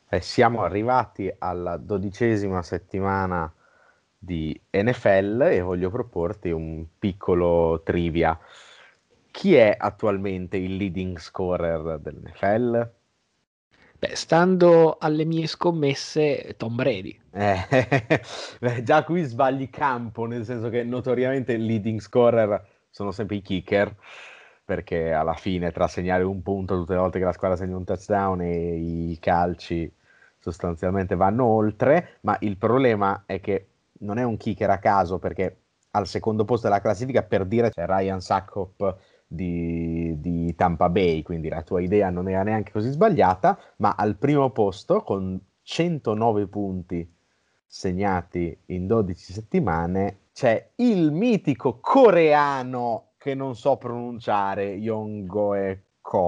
Siamo arrivati alla 12ª settimana di NFL e voglio proporti un piccolo trivia. Chi è attualmente il leading scorer dell'NFL? Beh, stando alle mie scommesse, Tom Brady. Beh, già qui sbagli campo, nel senso che notoriamente il leading scorer sono sempre i kicker, perché alla fine tra segnare un punto tutte le volte che la squadra segna un touchdown e i calci sostanzialmente vanno oltre, ma il problema è che non è un kicker a caso, perché al secondo posto della classifica, per dire, c'è Ryan Succop di Tampa Bay, quindi la tua idea non era neanche così sbagliata, ma al primo posto con 109 punti segnati in 12 settimane c'è il mitico coreano che non so pronunciare, Yongoe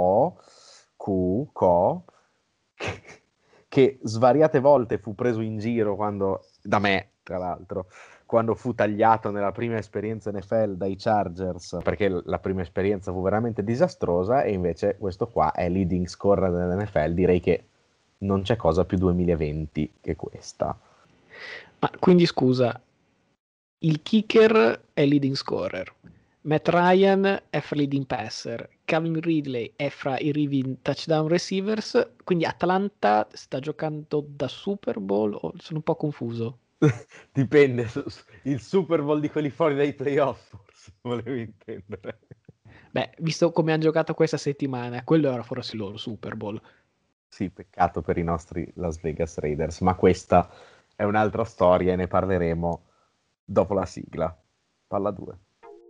Ko, che, che svariate volte fu preso in giro da me, tra l'altro, quando fu tagliato nella prima esperienza NFL dai Chargers, perché la prima esperienza fu veramente disastrosa, e invece questo qua è leading scorer dell'NFL. Direi che non c'è cosa più 2020 che questa. Ma quindi scusa, il kicker è leading scorer, Matt Ryan è fra leading passer, Calvin Ridley è fra i touchdown receivers, quindi Atlanta sta giocando da Super Bowl o sono un po' confuso? Dipende, il Super Bowl di quelli fuori dai playoff, forse volevo intendere. Beh, visto come hanno giocato questa settimana, quello era forse il loro Super Bowl. Sì, peccato per i nostri Las Vegas Raiders, ma questa è un'altra storia e ne parleremo dopo la sigla. Palla 2.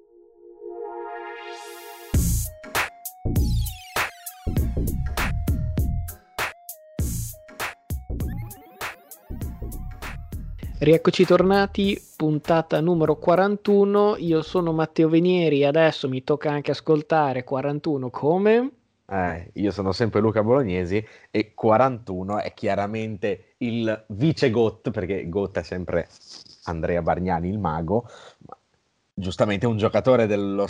Rieccoci tornati, puntata numero 41. Io sono Matteo Venieri e adesso mi tocca anche ascoltare 41 come? Io sono sempre Luca Bolognesi e 41 è chiaramente il vice GOAT, perché GOAT è sempre Andrea Bargnani, il mago, ma giustamente un giocatore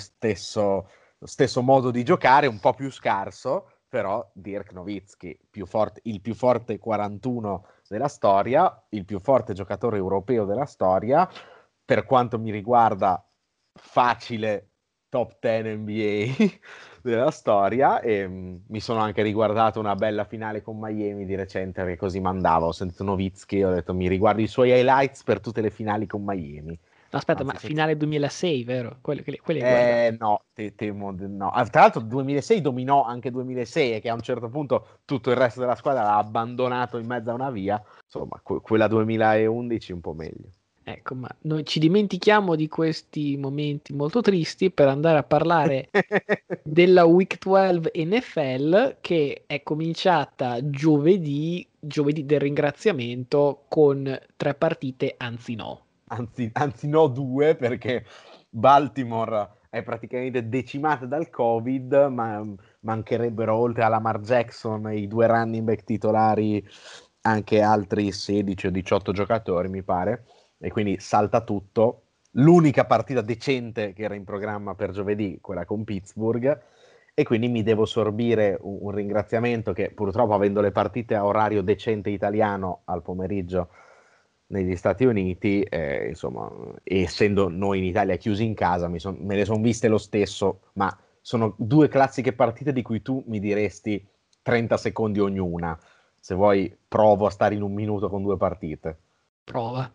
lo stesso modo di giocare, un po' più scarso, però Dirk Nowitzki, il più forte 41 della storia, il più forte giocatore europeo della storia, per quanto mi riguarda facile top 10 NBA della storia, e mi sono anche riguardato una bella finale con Miami di recente, perché così mandavo, ho sentito Nowitzki, ho detto mi riguardo i suoi highlights per tutte le finali con Miami. No, aspetta, ma Anzi, finale 2006, vero? Quelle hai guardato. no, temo no. Tra l'altro 2006 dominò anche 2006, e che a un certo punto tutto il resto della squadra l'ha abbandonato in mezzo a una via. Insomma, quella 2011 un po' meglio. Ecco, ma noi ci dimentichiamo di questi momenti molto tristi per andare a parlare della Week 12 NFL che è cominciata giovedì del ringraziamento con 3 partite, anzi no. Anzi no, due, perché Baltimore è praticamente decimata dal Covid, ma mancherebbero, oltre a Lamar Jackson e i due running back titolari, anche altri 16 o 18 giocatori, mi pare, e quindi salta tutto. L'unica partita decente che era in programma per giovedì, quella con Pittsburgh, e quindi mi devo sorbire un ringraziamento che, purtroppo, avendo le partite a orario decente italiano al pomeriggio negli Stati Uniti, insomma, essendo noi in Italia chiusi in casa, me le sono viste lo stesso, ma sono due classiche partite di cui tu mi diresti 30 secondi ognuna. Se vuoi, provo a stare in un minuto con due partite. Prova.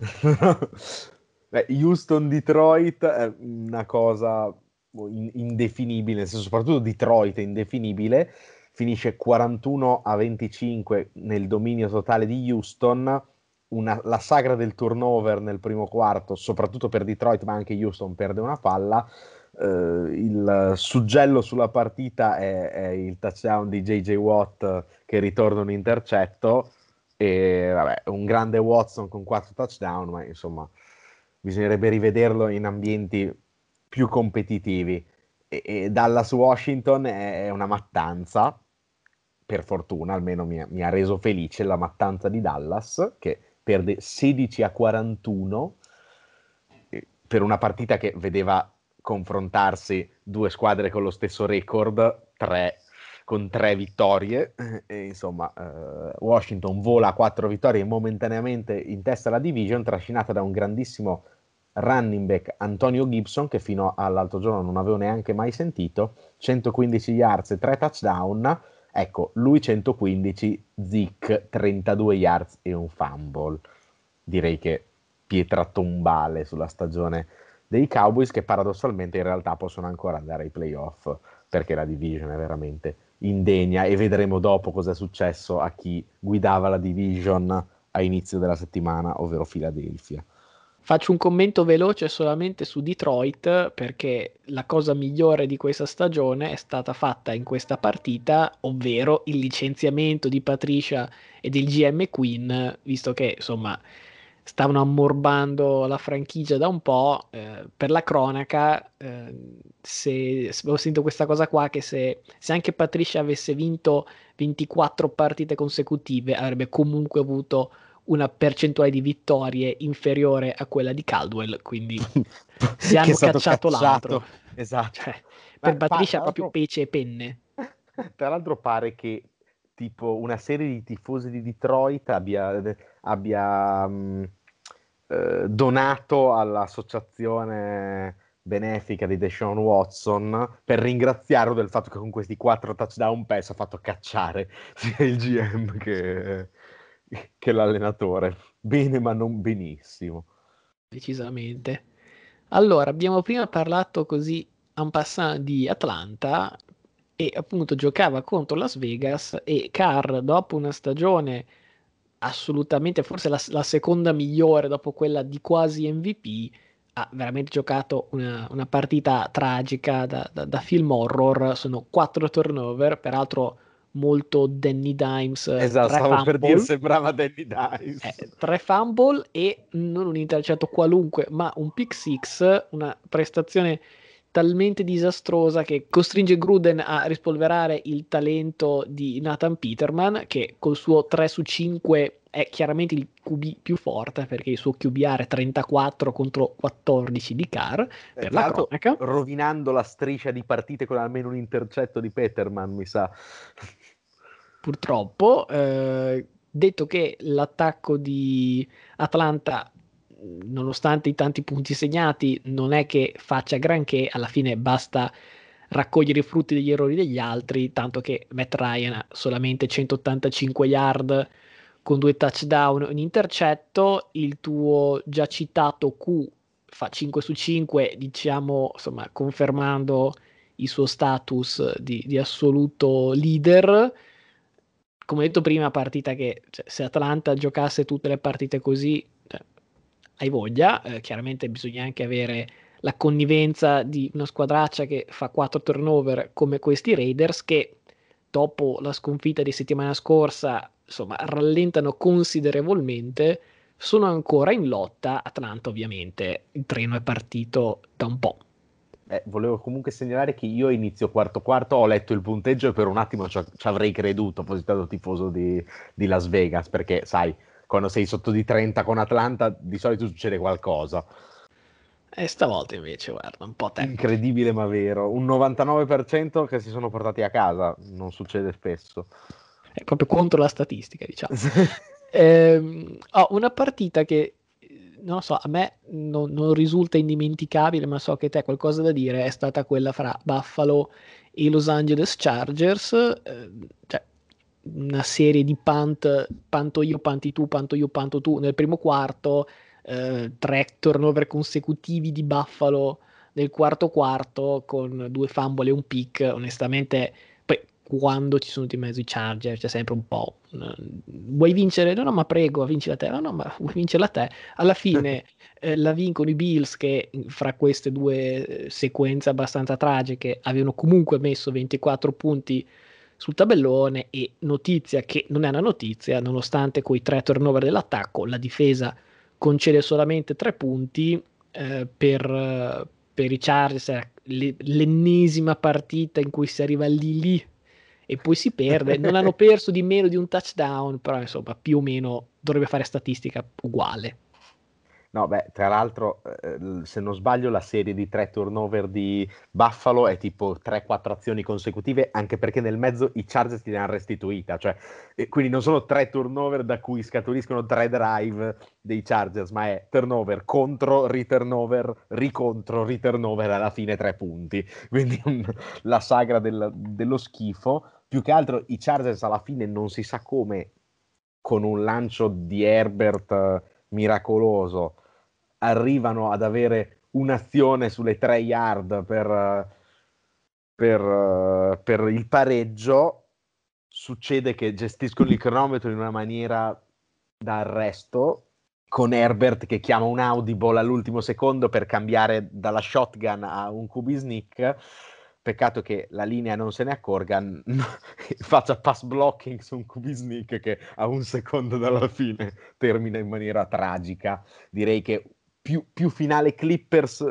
Beh, Houston-Detroit è una cosa indefinibile, nel senso, soprattutto Detroit è indefinibile. Finisce 41-25 nel dominio totale di Houston. La sagra del turnover nel primo quarto, soprattutto per Detroit, ma anche Houston perde una palla. Il suggello sulla partita è il touchdown di JJ Watt che ritorna un intercetto, e vabbè, un grande Watson con 4 touchdown, ma insomma bisognerebbe rivederlo in ambienti più competitivi. E Dallas Washington è una mattanza, per fortuna, almeno mi ha reso felice la mattanza di Dallas, che perde 16-41 per una partita che vedeva confrontarsi due squadre con lo stesso record, 3 con 3 vittorie, e insomma Washington vola a 4 vittorie momentaneamente in testa alla division, trascinata da un grandissimo running back Antonio Gibson, che fino all'altro giorno non avevo neanche mai sentito, 115 yards e 3 touchdown, ecco, lui 115, Zeke 32 yards e un fumble. Direi che pietra tombale sulla stagione dei Cowboys, che paradossalmente in realtà possono ancora andare ai playoff, perché la division è veramente indegna, e vedremo dopo cosa è successo a chi guidava la division a inizio della settimana, ovvero Philadelphia. Faccio un commento veloce solamente su Detroit, perché la cosa migliore di questa stagione è stata fatta in questa partita, ovvero il licenziamento di Patricia e del GM Quinn, visto che insomma stavano ammorbando la franchigia da un po'. Per la cronaca, se ho sentito questa cosa qua, che se anche Patricia avesse vinto 24 partite consecutive, avrebbe comunque avuto una percentuale di vittorie inferiore a quella di Caldwell, quindi si Che è hanno stato cacciato l'altro. cacciato, esatto. Cioè, Ma per Patricia tra proprio l'altro, pece e penne. tra l'altro pare che tipo una serie di tifosi di Detroit abbia donato all'associazione benefica di Deshaun Watson per ringraziarlo del fatto che con questi 4 touchdown pass ha fatto cacciare sia il GM che l'allenatore. Bene, ma non benissimo. Decisamente. Allora, abbiamo prima parlato così en passant di Atlanta, e appunto giocava contro Las Vegas, e Carr, dopo una stagione assolutamente, forse la seconda migliore dopo quella di quasi MVP, ha veramente giocato una partita tragica da film horror. Sono 4 turnover, peraltro molto Danny Dimes, Esatto, tre stavo per dire, fumble. sembrava Danny Dimes. 3 fumble e non un intercetto qualunque, ma un pick six, una prestazione talmente disastrosa che costringe Gruden a rispolverare il talento di Nathan Peterman, che col suo 3 su 5 è chiaramente il QB più forte, perché il suo QBR è 34 contro 14 di Carr, per Tra la l'altro, cronaca. rovinando la striscia di partite con almeno un intercetto di Peterman, mi sa. Purtroppo, detto che l'attacco di Atlanta, nonostante i tanti punti segnati, non è che faccia granché, alla fine basta raccogliere i frutti degli errori degli altri, tanto che Matt Ryan ha solamente 185 yard con 2 touchdown e un intercetto. Il tuo già citato Q fa 5 su 5, diciamo, insomma, confermando il suo status di assoluto leader. Come detto prima, partita che, cioè, se Atlanta giocasse tutte le partite così, cioè, hai voglia. Chiaramente bisogna anche avere la connivenza di una squadraccia che fa 4 turnover come questi Raiders, che dopo la sconfitta di settimana scorsa, insomma, rallentano considerevolmente. Sono ancora in lotta. Atlanta, ovviamente, il treno è partito da un po'. Volevo comunque segnalare che io a inizio quarto quarto ho letto il punteggio e per un attimo ci avrei creduto, fossi stato tifoso di Las Vegas, perché sai, quando sei sotto di 30 con Atlanta di solito succede qualcosa. E stavolta invece, guarda, un po' te. Incredibile ma vero, un 99% che si sono portati a casa, non succede spesso. È proprio contro la statistica, diciamo. Una partita che, non lo so, a me non risulta indimenticabile, ma so che te hai qualcosa da dire, è stata quella fra Buffalo e i Los Angeles Chargers. Cioè, una serie di panto io, panti tu, panto io, panto tu nel primo quarto, 3 turnover consecutivi di Buffalo nel quarto quarto, con 2 fumble e un pick. Onestamente, poi quando ci sono di mezzo i Charger c'è sempre un po', vuoi vincere? No, no, ma prego, vinci la te. No, no, ma vuoi vincerla te? Alla fine la vincono i Bills, che fra queste due sequenze abbastanza tragiche avevano comunque messo 24 punti sul tabellone. E notizia che non è una notizia, nonostante quei 3 turnover dell'attacco, la difesa concede solamente 3 punti. Per i Chargers è l'ennesima partita in cui si arriva lì lì e poi si perde. Non hanno perso di meno di un touchdown, però insomma più o meno dovrebbe fare statistica uguale. No, beh, tra l'altro, se non sbaglio, la serie di 3 turnover di Buffalo è tipo 3-4 azioni consecutive, anche perché nel mezzo i Chargers ti hanno restituita, cioè, quindi non sono 3 turnover da cui scaturiscono 3 drive dei Chargers, ma è turnover contro, riturnover, ricontro, riturnover, alla fine 3 punti. Quindi la sagra dello schifo. Più che altro i Chargers alla fine non si sa come, con un lancio di Herbert miracoloso, arrivano ad avere un'azione sulle 3 yard per il pareggio. Succede che gestiscono il cronometro in una maniera da arresto, con Herbert che chiama un audible all'ultimo secondo per cambiare dalla shotgun a un QB sneak. Peccato che la linea non se ne accorga, faccia pass blocking su un QB sneak che a un secondo dalla fine termina in maniera tragica. Direi che più finale Clippers,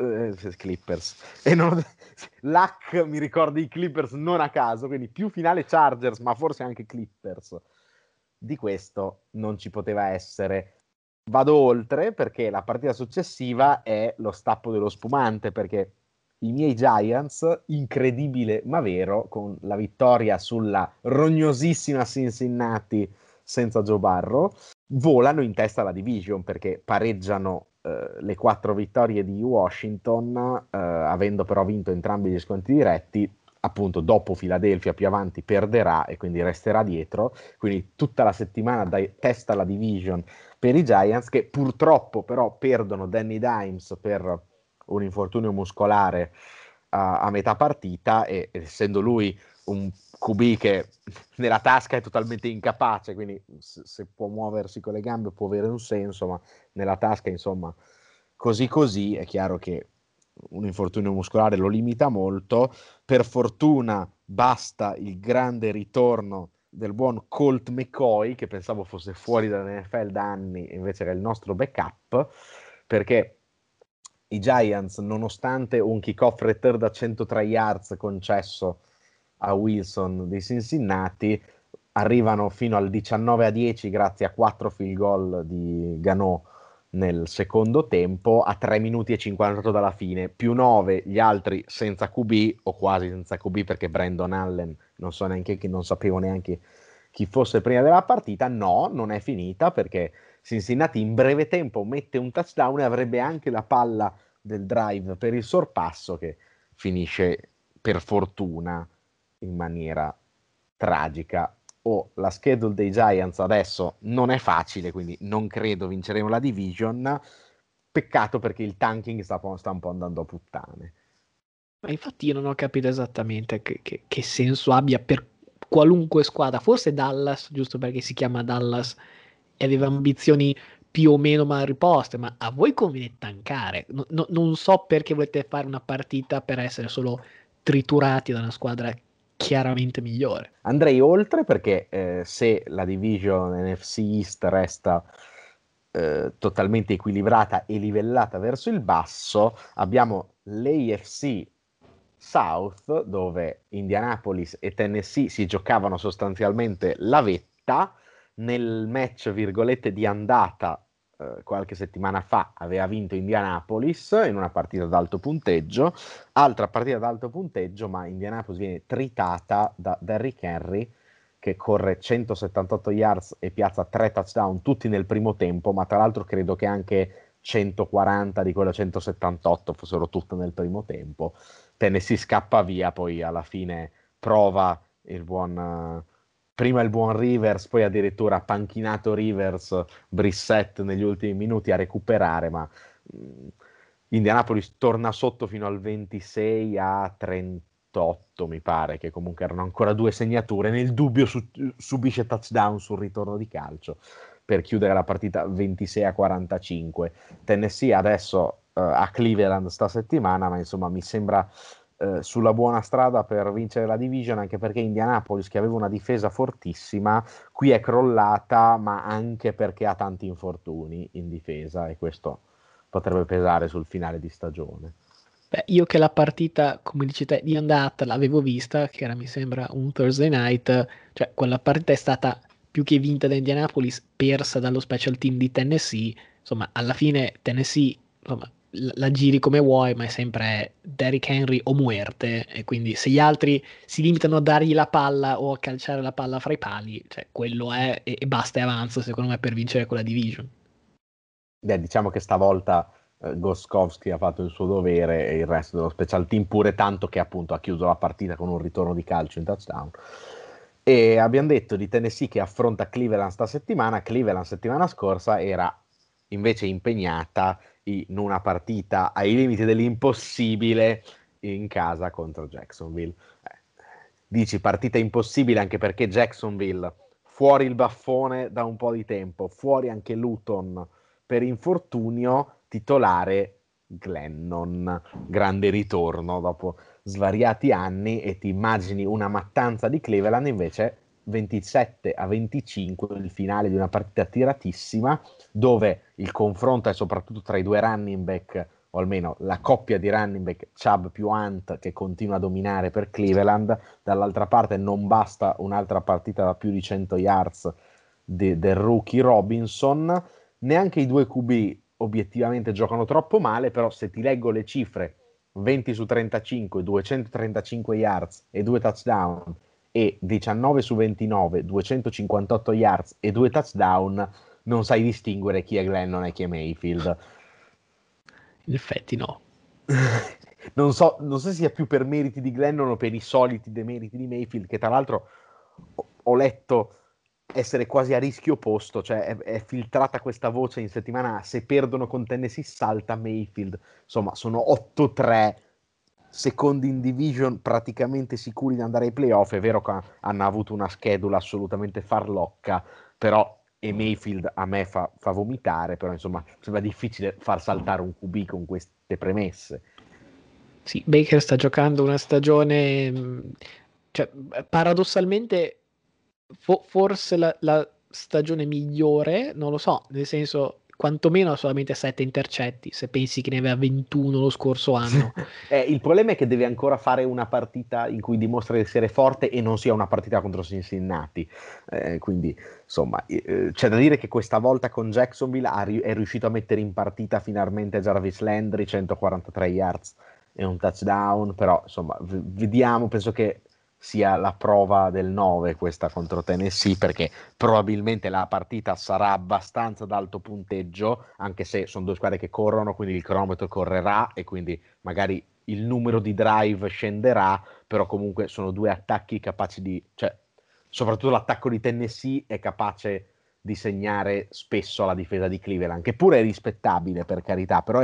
e non, Luck mi ricorda i Clippers non a caso, quindi più finale Chargers, ma forse anche Clippers. Di questo non ci poteva essere. Vado oltre perché la partita successiva è lo stappo dello spumante, perché i miei Giants, incredibile ma vero, con la vittoria sulla rognosissima Cincinnati senza Joe Burrow, volano in testa alla division perché pareggiano le 4 vittorie di Washington, avendo però vinto entrambi gli scontri diretti. Appunto, dopo Philadelphia più avanti perderà e quindi resterà dietro. Quindi tutta la settimana dai testa alla division per i Giants, che purtroppo però perdono Danny Dimes per un infortunio muscolare a metà partita, e essendo lui un QB che nella tasca è totalmente incapace, quindi se può muoversi con le gambe può avere un senso, ma nella tasca, insomma, così così, è chiaro che un infortunio muscolare lo limita molto. Per fortuna basta il grande ritorno del buon Colt McCoy, che pensavo fosse fuori dall'NFL da anni, e invece era il nostro backup, perché i Giants, nonostante un kickoff return da 103 yards concesso a Wilson di Cincinnati, arrivano fino al 19-10 grazie a 4 field goal di Gano nel secondo tempo, a 3 minuti e 58 dalla fine, più 9 gli altri senza QB, o quasi senza QB, perché Brandon Allen non so neanche, che non sapevo neanche chi fosse prima della partita. No, non è finita, perché Cincinnati in breve tempo mette un touchdown e avrebbe anche la palla del drive per il sorpasso, che finisce per fortuna in maniera tragica. La schedule dei Giants adesso non è facile, quindi non credo vinceremo la division. Peccato, perché il tanking sta un po' andando a puttane. Ma infatti io non ho capito esattamente che senso abbia per qualunque squadra, forse Dallas, giusto perché si chiama Dallas e aveva ambizioni più o meno mal riposte, ma a voi conviene tankare. Non so perché volete fare una partita per essere solo triturati da una squadra chiaramente migliore. Andrei oltre, perché se la division NFC East resta totalmente equilibrata e livellata verso il basso, abbiamo l'AFC South, dove Indianapolis e Tennessee si giocavano sostanzialmente la vetta. Nel match, virgolette, di andata, qualche settimana fa aveva vinto Indianapolis in una partita ad alto punteggio. Altra partita ad alto punteggio, ma Indianapolis viene tritata da Derrick Henry, che corre 178 yards e piazza 3 touchdown, tutti nel primo tempo, ma tra l'altro credo che anche 140 di quelle 178 fossero tutte nel primo tempo. Tennessee scappa via, poi alla fine prova il buon... prima il buon Rivers, poi addirittura panchinato Rivers, Brissett negli ultimi minuti a recuperare, ma Indianapolis torna sotto fino al 26-38, mi pare, che comunque erano ancora 2 segnature. Nel dubbio subisce touchdown sul ritorno di calcio per chiudere la partita 26-45. Tennessee adesso a Cleveland sta settimana, ma insomma mi sembra sulla buona strada per vincere la division, anche perché Indianapolis, che aveva una difesa fortissima, qui è crollata, ma anche perché ha tanti infortuni in difesa, e questo potrebbe pesare sul finale di stagione. Beh, io che la partita, come dici te, di andata l'avevo vista, che era mi sembra un Thursday night, cioè quella partita è stata più che vinta da Indianapolis, persa dallo special team di Tennessee, insomma, alla fine Tennessee, insomma, la giri come vuoi, ma è sempre Derrick Henry o muerte, e quindi se gli altri si limitano a dargli la palla o a calciare la palla fra i pali, cioè quello è, e basta e avanza, secondo me, per vincere quella division. Diciamo che stavolta Gostkowski ha fatto il suo dovere e il resto dello special team pure, tanto che appunto ha chiuso la partita con un ritorno di calcio in touchdown. E abbiamo detto di Tennessee che affronta Cleveland sta settimana. Cleveland settimana scorsa era invece impegnata in una partita ai limiti dell'impossibile in casa contro Jacksonville. Dici partita impossibile anche perché Jacksonville fuori il baffone da un po' di tempo, fuori anche Luton per infortunio, titolare Glennon, grande ritorno dopo svariati anni, e ti immagini una mattanza di Cleveland. Invece 27-25 il finale di una partita tiratissima, dove il confronto è soprattutto tra i due running back, o almeno la coppia di running back Chubb più Hunt, che continua a dominare per Cleveland. Dall'altra parte non basta un'altra partita da più di 100 yards del rookie Robinson. Neanche i due QB obiettivamente giocano troppo male, però se ti leggo le cifre, 20 su 35, 235 yards e 2 touchdown, e 19 su 29, 258 yards e 2 touchdown, non sai distinguere chi è Glennon e chi è Mayfield. In effetti no. Non so se sia più per meriti di Glennon o per i soliti demeriti di Mayfield, che tra l'altro ho letto essere quasi a rischio opposto, cioè è filtrata questa voce in settimana: se perdono con Tennessee salta Mayfield. Insomma, sono 8-3, secondi in division, praticamente sicuri di andare ai playoff. È vero che hanno avuto una schedula assolutamente farlocca, però, e Mayfield a me fa vomitare, però insomma sembra difficile far saltare un QB con queste premesse. Sì, Baker sta giocando una stagione, cioè, paradossalmente, forse la stagione migliore, non lo so, nel senso, quantomeno ha solamente 7 intercetti, se pensi che ne aveva 21 lo scorso anno. Il problema è che deve ancora fare una partita in cui dimostra di essere forte e non sia una partita contro Cincinnati. Quindi, insomma, c'è da dire che questa volta con Jacksonville è riuscito a mettere in partita finalmente Jarvis Landry, 143 yards e un touchdown, però insomma, vediamo, penso che sia la prova del 9 questa contro Tennessee, perché probabilmente la partita sarà abbastanza ad alto punteggio, anche se sono due squadre che corrono, quindi il cronometro correrà e quindi magari il numero di drive scenderà, però comunque sono due attacchi capaci di, cioè, soprattutto l'attacco di Tennessee è capace di segnare spesso alla difesa di Cleveland, che pure è rispettabile per carità, però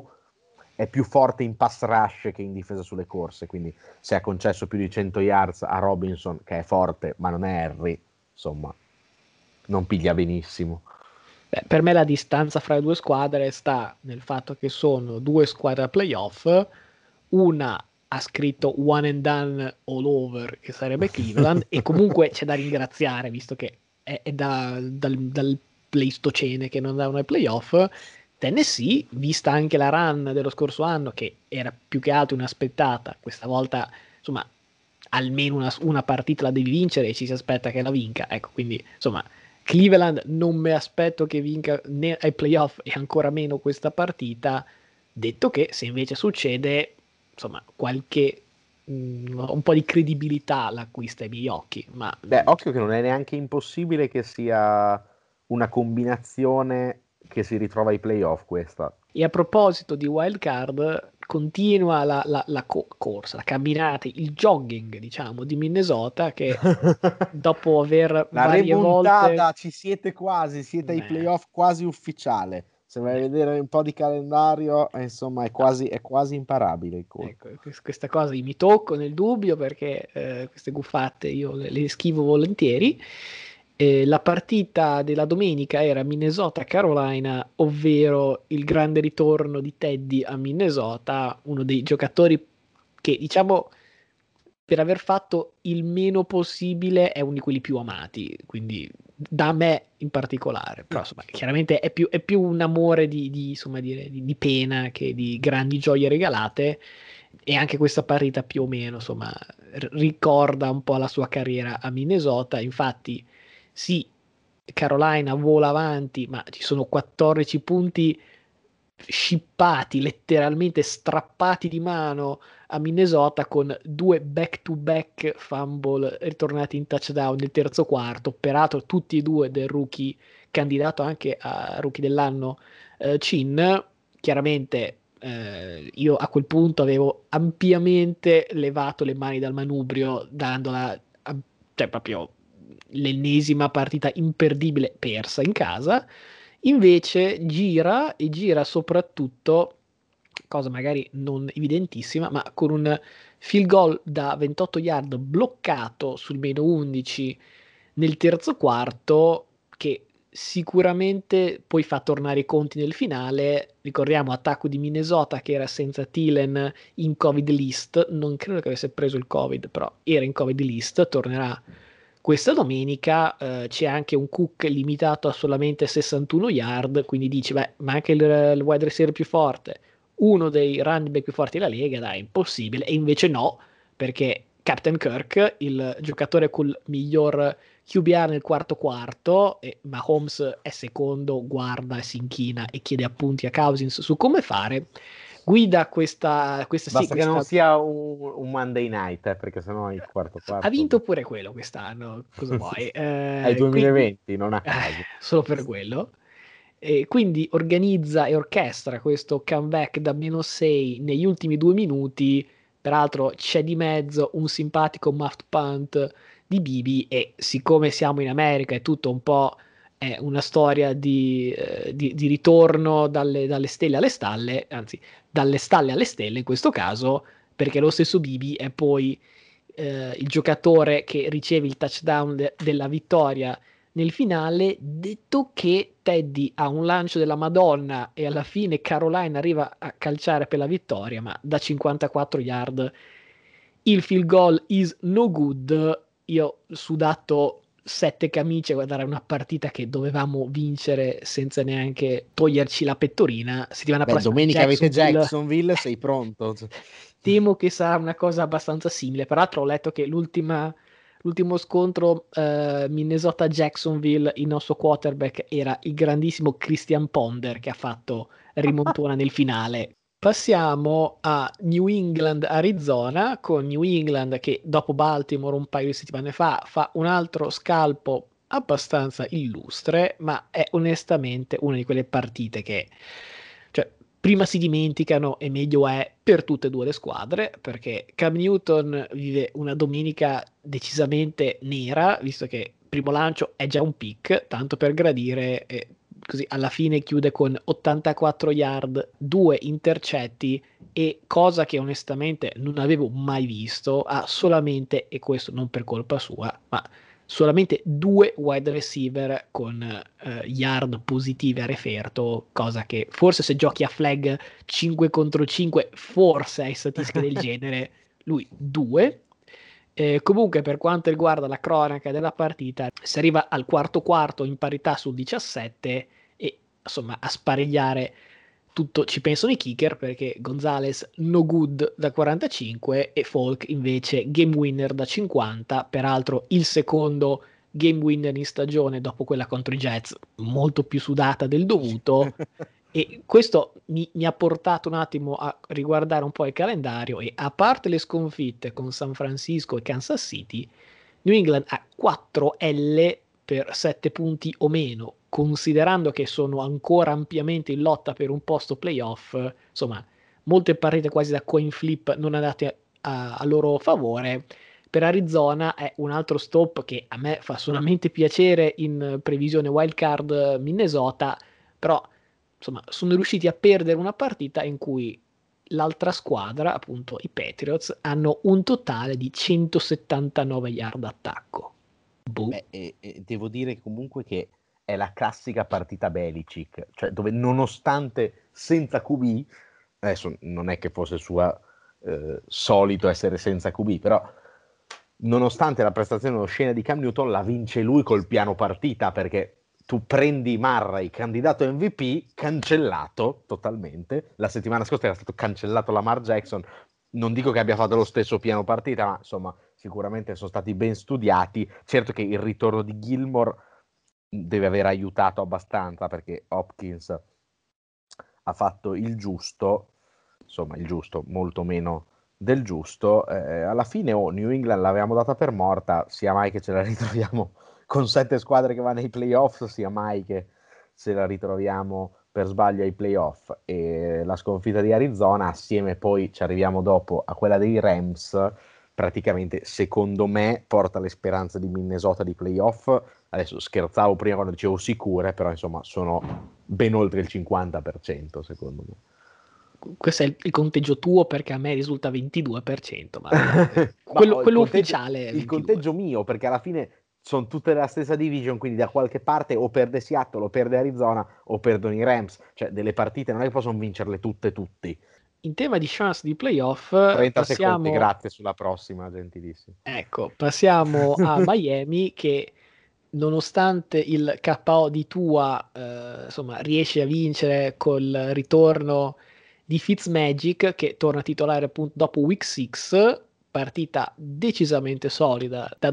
è più forte in pass rush che in difesa sulle corse, quindi se ha concesso più di 100 yards a Robinson, che è forte ma non è Harry, insomma, non piglia benissimo. Beh, per me la distanza fra le due squadre sta nel fatto che sono due squadre a playoff, una ha scritto one and done all over, che sarebbe Cleveland, e comunque c'è da ringraziare, visto che è dal Pleistocene che non andavano ai playoff. Tennessee, vista anche la run dello scorso anno, che era più che altro inaspettata, questa volta, insomma, almeno una partita la devi vincere e ci si aspetta che la vinca. Ecco, quindi, insomma, Cleveland non mi aspetto che vinca né ai playoff e ancora meno questa partita. Detto che se invece succede, insomma, un po' di credibilità l'acquista ai miei occhi, ma Beh, occhio che non è neanche impossibile che sia una combinazione che si ritrova ai playoff questa. e a proposito di wild card, continua la corsa, la camminata, il jogging, diciamo, di Minnesota che dopo aver La varie volte... remontata, ci siete quasi, siete ai Beh, playoff quasi ufficiale. Se vai a beh, vedere un po' di calendario, insomma, no. è quasi imparabile il Ecco, colpo. questa cosa mi tocco nel dubbio perché queste guffate io le schivo volentieri. La partita della domenica era Minnesota-Carolina, ovvero il grande ritorno di Teddy a Minnesota, uno dei giocatori che, diciamo, per aver fatto il meno possibile è uno di quelli più amati, quindi da me in particolare, però insomma, chiaramente è più un amore insomma, di pena che di grandi gioie regalate, e anche questa partita più o meno, insomma, ricorda un po' la sua carriera a Minnesota. Infatti sì, Carolina vola avanti, ma ci sono 14 punti scippati, letteralmente strappati di mano a Minnesota con 2 back-to-back fumble ritornati in touchdown nel terzo quarto, peraltro tutti e due del rookie candidato anche a rookie dell'anno, Chin. Chiaramente io a quel punto avevo ampiamente levato le mani dal manubrio, dandola cioè proprio l'ennesima partita imperdibile persa in casa. Invece gira e gira soprattutto, cosa magari non evidentissima, ma con un field goal da 28 yard bloccato sul meno 11 nel terzo quarto, che sicuramente poi fa tornare i conti nel finale. Ricordiamo attacco di Minnesota che era senza Thielen in Covid list, non credo che avesse preso il Covid, però era in Covid list, tornerà questa domenica. C'è anche un Cook limitato a solamente 61 yard, quindi dici, beh, ma anche il wide receiver più forte, uno dei running back più forti della Lega, dai, impossibile. E invece no, perché Captain Kirk, il giocatore col miglior QBR nel quarto quarto, e Mahomes è secondo, guarda, si inchina e chiede appunti a Cousins su come fare, guida sì, Basta che non questa sia un Monday night, perché sennò il quarto ha quarto vinto pure quello quest'anno, cosa vuoi? ai Quindi, 2020, non a caso. solo per quello. E quindi organizza e orchestra questo comeback da meno 6 negli ultimi 2 minuti. Peraltro c'è di mezzo un simpatico muffed punt di Bibi, e siccome siamo in America è tutto un po' una storia di ritorno dalle stelle alle stalle, anzi dalle stalle alle stelle in questo caso, perché lo stesso Bibi è poi il giocatore che riceve il touchdown della vittoria nel finale. Detto che Teddy ha un lancio della Madonna e alla fine Caroline arriva a calciare per la vittoria, ma da 54 yard il field goal is no good. Io ho sudato sette camicie a guardare una partita che dovevamo vincere senza neanche toglierci la pettorina. Settimana Beh, prossima domenica avete Jacksonville. Jacksonville, sei pronto? Temo che sarà una cosa abbastanza simile. Peraltro ho letto che l'ultimo scontro Minnesota-Jacksonville, il nostro quarterback era il grandissimo Christian Ponder, che ha fatto rimontona nel finale. Passiamo a New England-Arizona, con New England che dopo Baltimore un paio di settimane fa un altro scalpo abbastanza illustre, ma è onestamente una di quelle partite che, cioè, prima si dimenticano e meglio è per tutte e due le squadre, perché Cam Newton vive una domenica decisamente nera, visto che primo lancio è già un pick, tanto per gradire, e così alla fine chiude con 84 yard, 2 intercetti e, cosa che onestamente non avevo mai visto, ha solamente, e questo non per colpa sua, ma solamente 2 wide receiver con yard positive a referto, cosa che forse se giochi a flag 5 contro 5 forse hai statistiche del genere, lui 2. Comunque, per quanto riguarda la cronaca della partita, si arriva al quarto quarto in parità sul 17 e insomma a sparigliare tutto ci pensano i kicker, perché Gonzalez no good da 45 e Falk invece game winner da 50, peraltro il secondo game winner in stagione dopo quella contro i Jets, molto più sudata del dovuto. E questo mi ha portato un attimo a riguardare un po' il calendario, e a parte le sconfitte con San Francisco e Kansas City, New England ha 4 L per 7 punti o meno, considerando che sono ancora ampiamente in lotta per un posto playoff. Insomma, molte partite quasi da coin flip non andate a loro favore. Per Arizona è un altro stop che a me fa solamente piacere in previsione wild card Minnesota, però insomma sono riusciti a perdere una partita in cui l'altra squadra, appunto i Patriots, hanno un totale di 179 yard attacco. Boh. Beh, devo dire comunque che è la classica partita Belichick, cioè dove nonostante senza QB, adesso non è che fosse sua solito essere senza QB, però nonostante la prestazione oscena di Cam Newton, la vince lui col piano partita, perché tu prendi Murray, candidato MVP, cancellato totalmente. La settimana scorsa era stato cancellato Lamar Jackson. Non dico che abbia fatto lo stesso piano partita, ma insomma sicuramente sono stati ben studiati. Certo che il ritorno di Gilmore deve aver aiutato abbastanza, perché Hopkins ha fatto il giusto, insomma il giusto, molto meno del giusto. Alla fine New England l'avevamo data per morta, sia mai che ce la ritroviamo con 7 squadre che vanno ai playoff, sia mai che ce la ritroviamo per sbaglio ai playoff. E la sconfitta di Arizona, assieme poi ci arriviamo dopo a quella dei Rams, praticamente secondo me porta le speranze di Minnesota di playoff. Adesso scherzavo prima quando dicevo sicure, però insomma sono ben oltre il 50% secondo me. Questo è il conteggio tuo, perché a me risulta 22%, ma Ma quello ufficiale è il 22. conteggio mio, perché alla fine sono tutte della stessa division, quindi da qualche parte o perde Seattle o perde Arizona o perdono i Rams, cioè delle partite non è che possono vincerle tutti. In tema di chance di playoff, 30 secondi, passiamo, grazie, sulla prossima, gentilissimo. ecco, passiamo a Miami, che nonostante il KO di Tua, insomma, riesce a vincere col ritorno di Fitzmagic, che torna titolare appunto dopo Week 6, partita decisamente solida da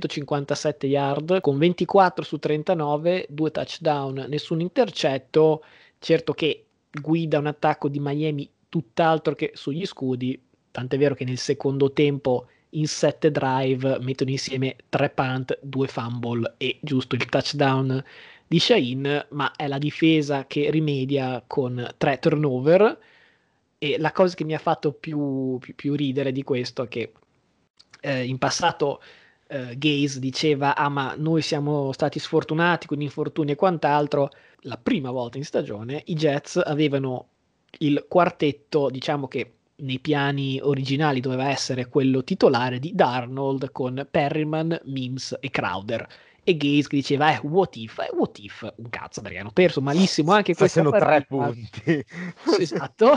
257 yard, con 24 su 39, 2 touchdown, nessun intercetto. Certo che guida un attacco di Miami tutt'altro che sugli scudi, tant'è vero che nel secondo tempo in 7 drive mettono insieme 3 punt, 2 fumble e giusto il touchdown di Shaheen, ma è la difesa che rimedia con 3 turnover. E la cosa che mi ha fatto più ridere di questo è che in passato Gaze diceva: ah, ma noi siamo stati sfortunati con infortuni e quant'altro. La prima volta in stagione i Jets avevano il quartetto, diciamo che nei piani originali doveva essere quello titolare di Darnold con Perryman, Mims e Crowder. E Gaze che diceva, what if, un cazzo, perché hanno perso malissimo anche questa Facendo 3 partita. punti. Sì, esatto,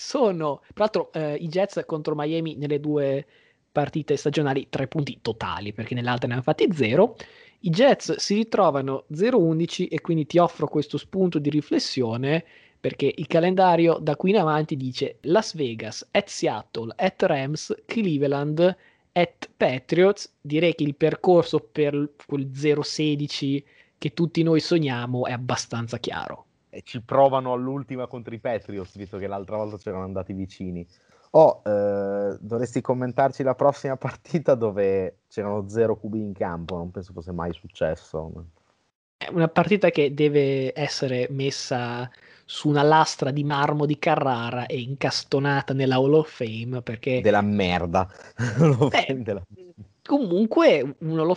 tra l'altro i Jets contro Miami nelle due partite stagionali 3 punti totali, perché nell'altra ne hanno fatti 0. I Jets si ritrovano 0-11 e quindi ti offro questo spunto di riflessione, perché il calendario da qui in avanti dice Las Vegas, at Seattle, at Rams, Cleveland, at Patriots. Direi che il percorso per quel 0-16 che tutti noi sogniamo è abbastanza chiaro. E ci provano all'ultima contro i Patriots, visto che l'altra volta c'erano andati vicini. Dovresti commentarci la prossima partita dove c'erano 0 QB in campo, non penso fosse mai successo. È una partita che deve essere messa su una lastra di marmo di Carrara e incastonata nella Hall of Fame, perché Della merda. beh, comunque un Hall of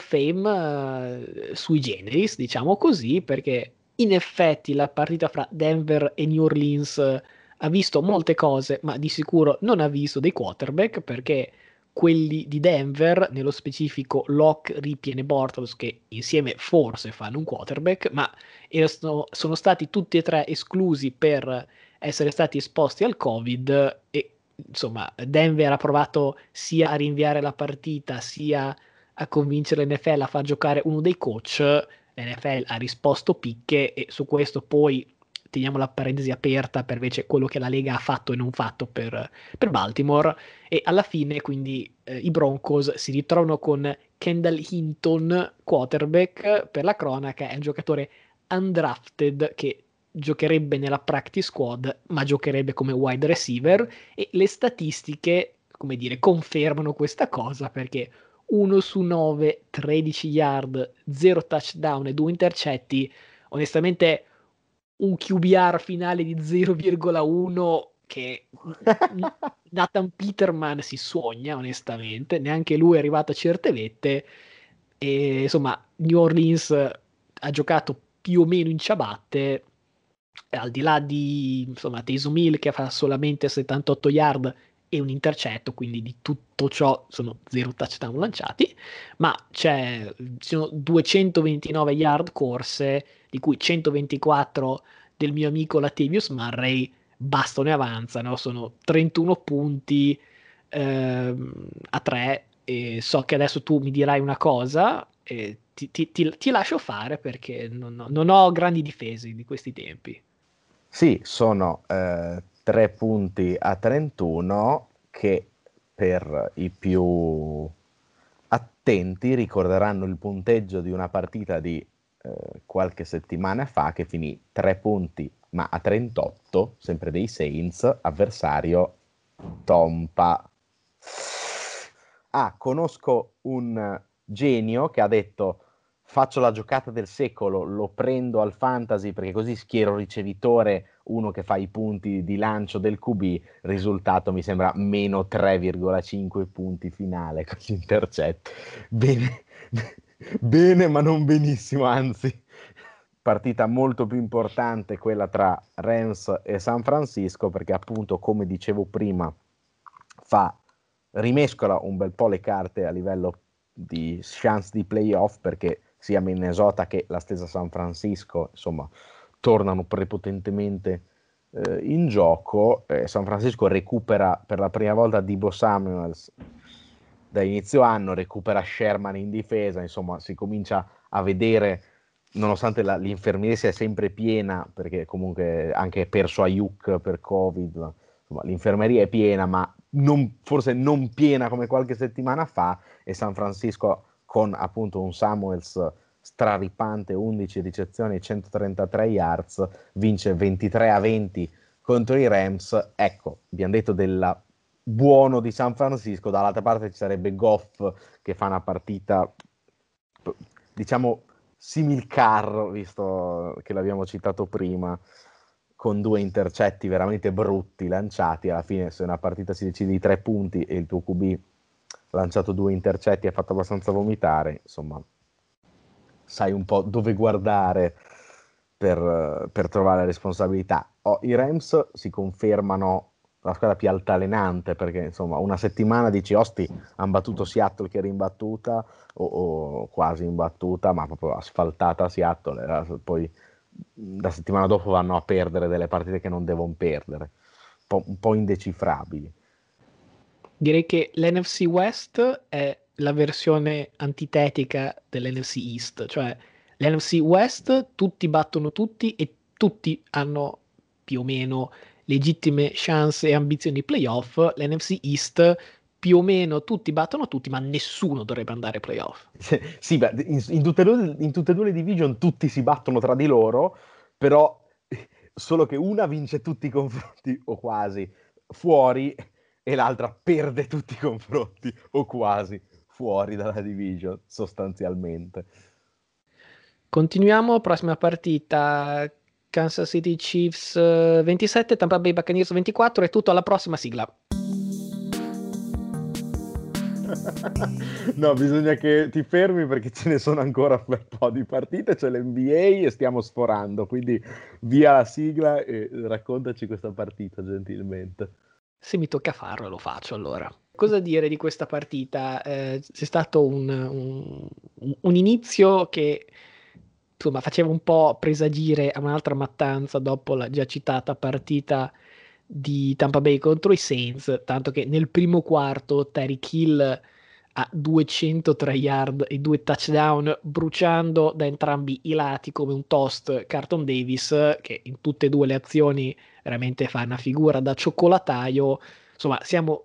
Fame sui generis, diciamo così, perché in effetti la partita fra Denver e New Orleans ha visto molte cose, ma di sicuro non ha visto dei quarterback, perché quelli di Denver, nello specifico Locke, Ripien e Bortles, che insieme forse fanno un quarterback, ma sono stati tutti e tre esclusi per essere stati esposti al Covid. E insomma, Denver ha provato sia a rinviare la partita, sia a convincere l'NFL a far giocare uno dei coach. L'NFL ha risposto picche, e su questo poi teniamo la parentesi aperta per invece quello che la Lega ha fatto e non fatto per Baltimore. E alla fine quindi i Broncos si ritrovano con Kendall Hinton, quarterback. Per la cronaca è un giocatore undrafted che giocherebbe nella practice squad, ma giocherebbe come wide receiver. E le statistiche, come dire, confermano questa cosa, perché 1 su 9, 13 yard, 0 touchdown e 2 intercetti. Onestamente un QBR finale di 0,1 che Nathan Peterman si sogna, onestamente, neanche lui è arrivato a certe vette. E insomma, New Orleans ha giocato più o meno in ciabatte, al di là di insomma Taysom Hill che fa solamente 78 yard e un intercetto, quindi di tutto ciò sono 0 touchdown lanciati, ma ci sono 229 yard corse, di cui 124 del mio amico Latavius Murray. Bastano e avanzano, sono 31 punti a 3. E so che adesso tu mi dirai una cosa e ti lascio fare, perché non ho grandi difese di questi tempi. Sì, sono 3 punti a 31 che per i più attenti ricorderanno il punteggio di una partita di qualche settimana fa, che finì 3 punti ma a 38, sempre dei Saints, avversario Tompa. Conosco un genio che ha detto: faccio la giocata del secolo, lo prendo al fantasy perché così schiero ricevitore, uno che fa i punti di lancio del QB, risultato mi sembra meno 3,5 punti finale con gli intercetti. Bene, bene, ma non benissimo, anzi. Partita molto più importante quella tra Rams e San Francisco, perché appunto, come dicevo prima, rimescola un bel po' le carte a livello di chance di playoff, perché sia Minnesota che la stessa San Francisco, insomma, tornano prepotentemente in gioco. San Francisco recupera per la prima volta Deebo Samuels da inizio anno, recupera Sherman in difesa, insomma si comincia a vedere, nonostante l'infermeria sia sempre piena, perché comunque anche perso Ayuk per Covid, insomma l'infermeria è piena, ma forse non piena come qualche settimana fa, e San Francisco con appunto un Samuels straripante, 11 ricezioni, 133 yards, vince 23-20 contro i Rams. Ecco, abbiamo detto della buono di San Francisco, dall'altra parte ci sarebbe Goff che fa una partita, diciamo, simil car, visto che l'abbiamo citato prima, con 2 intercetti veramente brutti lanciati. Alla fine, se una partita si decide di 3 punti e il tuo QB ha lanciato 2 intercetti e ha fatto abbastanza vomitare, insomma, sai un po' dove guardare per trovare la responsabilità. I Rams si confermano la squadra più altalenante, perché insomma una settimana dici osti, hanno battuto Seattle che era imbattuta o quasi imbattuta, ma proprio asfaltata Seattle, poi la settimana dopo vanno a perdere delle partite che non devono perdere, un po' indecifrabili. Direi che l'NFC West è la versione antitetica dell'NFC East, cioè l'NFC West tutti battono tutti e tutti hanno più o meno legittime chance e ambizioni di playoff. L'NFC East più o meno tutti battono tutti, ma nessuno dovrebbe andare ai playoff. Sì, beh, in tutte e due le division tutti si battono tra di loro, però solo che una vince tutti i confronti o quasi fuori e l'altra perde tutti i confronti o quasi fuori dalla division, sostanzialmente. Continuiamo, prossima partita, Kansas City Chiefs 27, Tampa Bay Buccaneers 24, è tutto alla prossima sigla. No, bisogna che ti fermi perché ce ne sono ancora un bel po' di partite, c'è l'NBA e stiamo sforando, quindi via la sigla e raccontaci questa partita gentilmente. Se mi tocca farlo, lo faccio allora. Cosa dire di questa partita? C'è stato un inizio che insomma faceva un po' presagire a un'altra mattanza dopo la già citata partita di Tampa Bay contro i Saints, tanto che nel primo quarto Tyreek Hill a 203 yard e 2 touchdown, bruciando da entrambi i lati come un toast Carlton Davis, che in tutte e due le azioni veramente fa una figura da cioccolataio. Insomma, siamo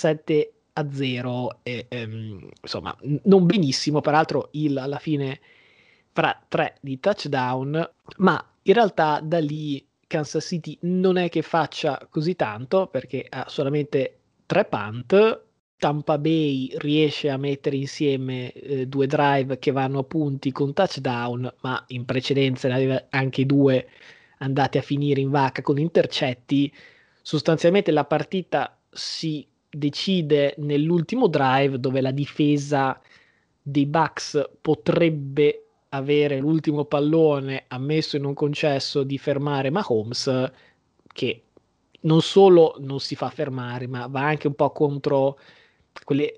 17-0 e insomma, non benissimo, peraltro Hill alla fine fra 3 di touchdown, ma in realtà da lì Kansas City non è che faccia così tanto, perché ha solamente 3 punt. Tampa Bay riesce a mettere insieme 2 drive che vanno a punti con touchdown, ma in precedenza ne aveva anche 2 andati a finire in vacca con intercetti. Sostanzialmente la partita si decide nell'ultimo drive, dove la difesa dei Bucks potrebbe avere l'ultimo pallone, ammesso e non concesso, di fermare Mahomes, che non solo non si fa fermare, ma va anche un po' contro quelle,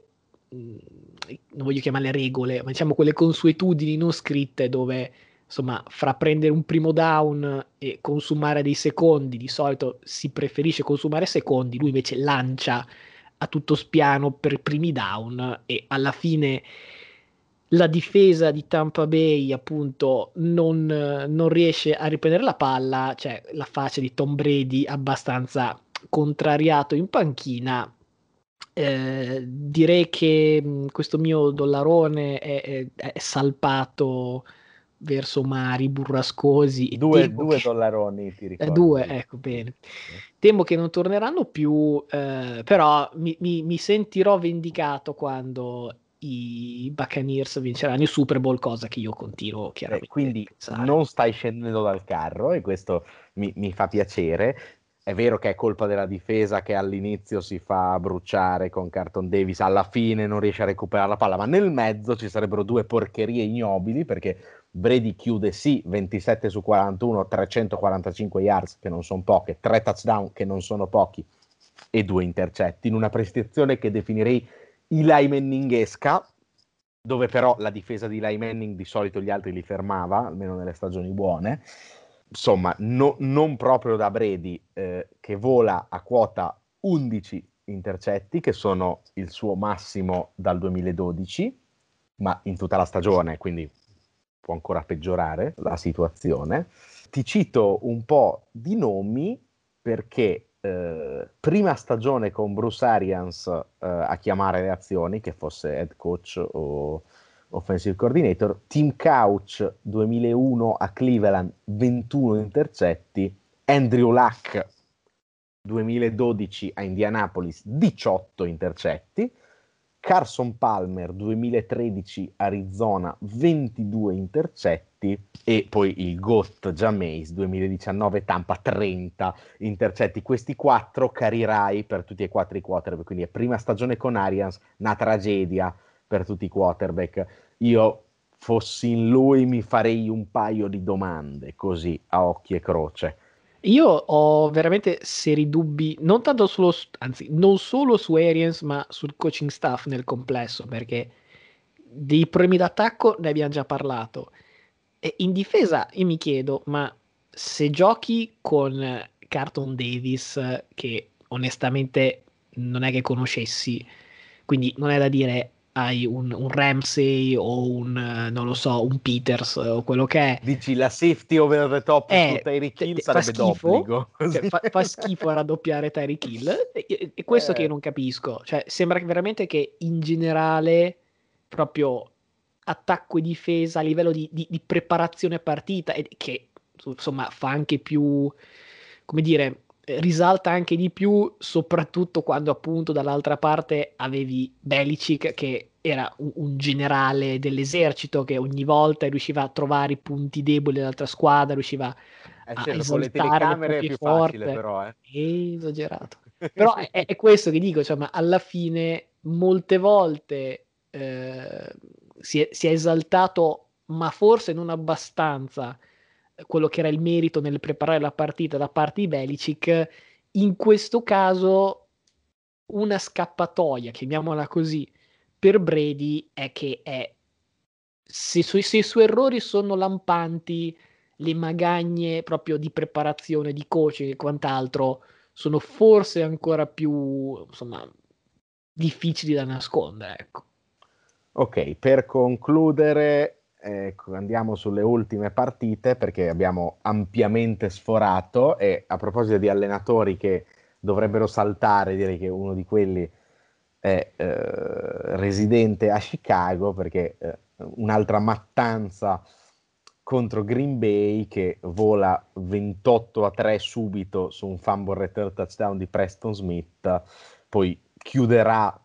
non voglio chiamarle regole, ma diciamo quelle consuetudini non scritte, dove insomma fra prendere un primo down e consumare dei secondi, di solito si preferisce consumare secondi, lui invece lancia a tutto spiano per primi down e alla fine la difesa di Tampa Bay appunto non riesce a riprendere la palla, c'è la faccia di Tom Brady abbastanza contrariato in panchina. Direi che questo mio dollarone è salpato verso mari burrascosi e Due temo che... dollaroni, ti ricordo. Due, ecco, bene. Temo che non torneranno più, però mi sentirò vendicato quando i Buccaneers vinceranno il Super Bowl, cosa che io continuo chiaramente a Quindi pensare. non stai scendendo dal carro e questo mi fa piacere. È vero che è colpa della difesa che all'inizio si fa bruciare con Carlton Davis, alla fine non riesce a recuperare la palla, ma nel mezzo ci sarebbero due porcherie ignobili perché Brady chiude sì 27 su 41, 345 yards che non sono poche, 3 touchdown che non sono pochi e 2 intercetti in una prestazione che definirei Eli Manninghesca, dove però la difesa di Eli Manning di solito gli altri li fermava, almeno nelle stagioni buone. Insomma, non proprio da Brady, che vola a quota 11 intercetti, che sono il suo massimo dal 2012, ma in tutta la stagione, quindi può ancora peggiorare la situazione. Ti cito un po' di nomi perché prima stagione con Bruce Arians a chiamare le azioni, che fosse head coach o offensive coordinator, Tim Couch 2001 a Cleveland 21 intercetti, Andrew Luck 2012 a Indianapolis 18 intercetti, Carson Palmer 2013 Arizona 22 intercetti e poi il GOAT Jameis 2019 Tampa 30 intercetti. Questi 4 career high per tutti e 4 i quarterback, quindi è prima stagione con Arians, una tragedia per tutti i quarterback. Io fossi in lui mi farei un paio di domande così a occhio e croce. Io ho veramente seri dubbi, non tanto solo, anzi, non solo su Arians, ma sul coaching staff nel complesso, perché dei problemi d'attacco ne abbiamo già parlato. E in difesa io mi chiedo, ma se giochi con Carlton Davis, che onestamente non è che conoscessi, quindi non è da dire hai un Ramsey o un, non lo so, un Peters o quello che è. Dici la safety over the top su Tyreek Hill Fa sarebbe schifo, d'obbligo. cioè, Così. fa schifo a raddoppiare Tyreek Hill, e questo che io non capisco, cioè sembra veramente che in generale proprio attacco e difesa a livello di preparazione partita, e che insomma fa anche più, come dire, risalta anche di più, soprattutto quando appunto dall'altra parte avevi Belichick che era un generale dell'esercito che ogni volta riusciva a trovare i punti deboli dell'altra squadra, riusciva a Certo, con le esaltare le telecamere è proprie più facile forze. però, Esagerato. Però è questo che dico, cioè, ma alla fine molte volte si è esaltato, ma forse non abbastanza, quello che era il merito nel preparare la partita da parte di Belichick. In questo caso, una scappatoia, chiamiamola così, per Brady è che se i suoi errori sono lampanti, le magagne proprio di preparazione, di coaching e quant'altro sono forse ancora più, insomma, difficili da nascondere, ecco. Ok, per concludere, ecco, andiamo sulle ultime partite perché abbiamo ampiamente sforato e a proposito di allenatori che dovrebbero saltare, direi che uno di quelli è residente a Chicago perché un'altra mattanza contro Green Bay che vola 28-3 subito su un fumble return touchdown di Preston Smith, poi chiuderà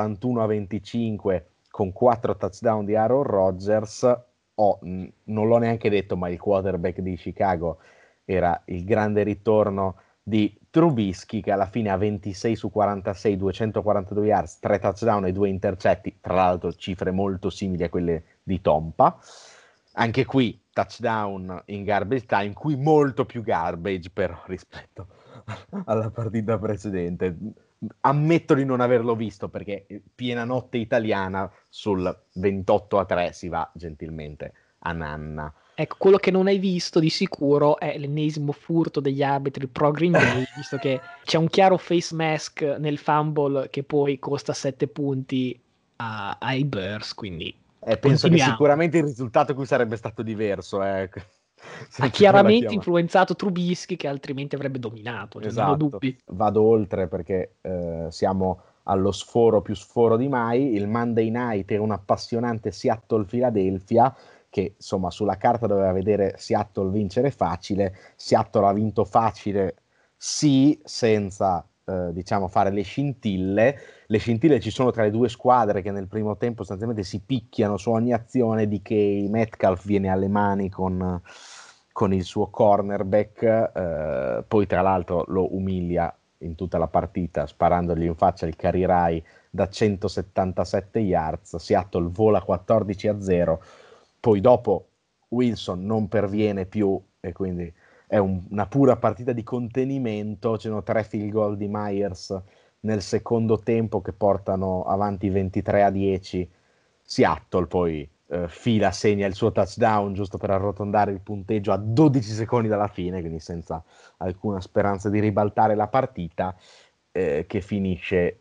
41-25 con 4 touchdown di Aaron Rodgers. Non l'ho neanche detto, ma il quarterback di Chicago era il grande ritorno di Trubisky che alla fine ha 26 su 46, 242 yards, 3 touchdown e 2 intercetti, tra l'altro cifre molto simili a quelle di Tompa. Anche qui touchdown in garbage time, qui molto più garbage però rispetto alla partita precedente. Ammetto di non averlo visto perché piena notte italiana sul 28-3 si va gentilmente a nanna. Ecco, quello che non hai visto di sicuro è l'ennesimo furto degli arbitri pro Green Bay, visto che c'è un chiaro face mask nel fumble che poi costa 7 punti ai Bears, quindi Penso che continuiamo. sicuramente il risultato qui sarebbe stato diverso, Ha senza averla chiaramente chiamata. influenzato Trubisky che altrimenti avrebbe dominato, non ho Esatto, dubbi. vado oltre perché siamo allo sforo più sforo di mai. Il Monday Night è un appassionante Seattle-Philadelphia che insomma sulla carta doveva vedere Seattle vincere facile. Seattle ha vinto facile, sì, senza diciamo fare le scintille. Le scintille ci sono tra le due squadre che nel primo tempo sostanzialmente si picchiano su ogni azione. di che Metcalf viene alle mani con il suo cornerback, poi tra l'altro lo umilia in tutta la partita sparandogli in faccia il career high da 177 yards. Seattle vola 14-0, poi dopo Wilson non perviene più e quindi è una pura partita di contenimento. C'erano 3 field goal di Myers nel secondo tempo che portano avanti 23-10. Seattle poi fila, segna il suo touchdown giusto per arrotondare il punteggio a 12 secondi dalla fine, quindi senza alcuna speranza di ribaltare la partita, che finisce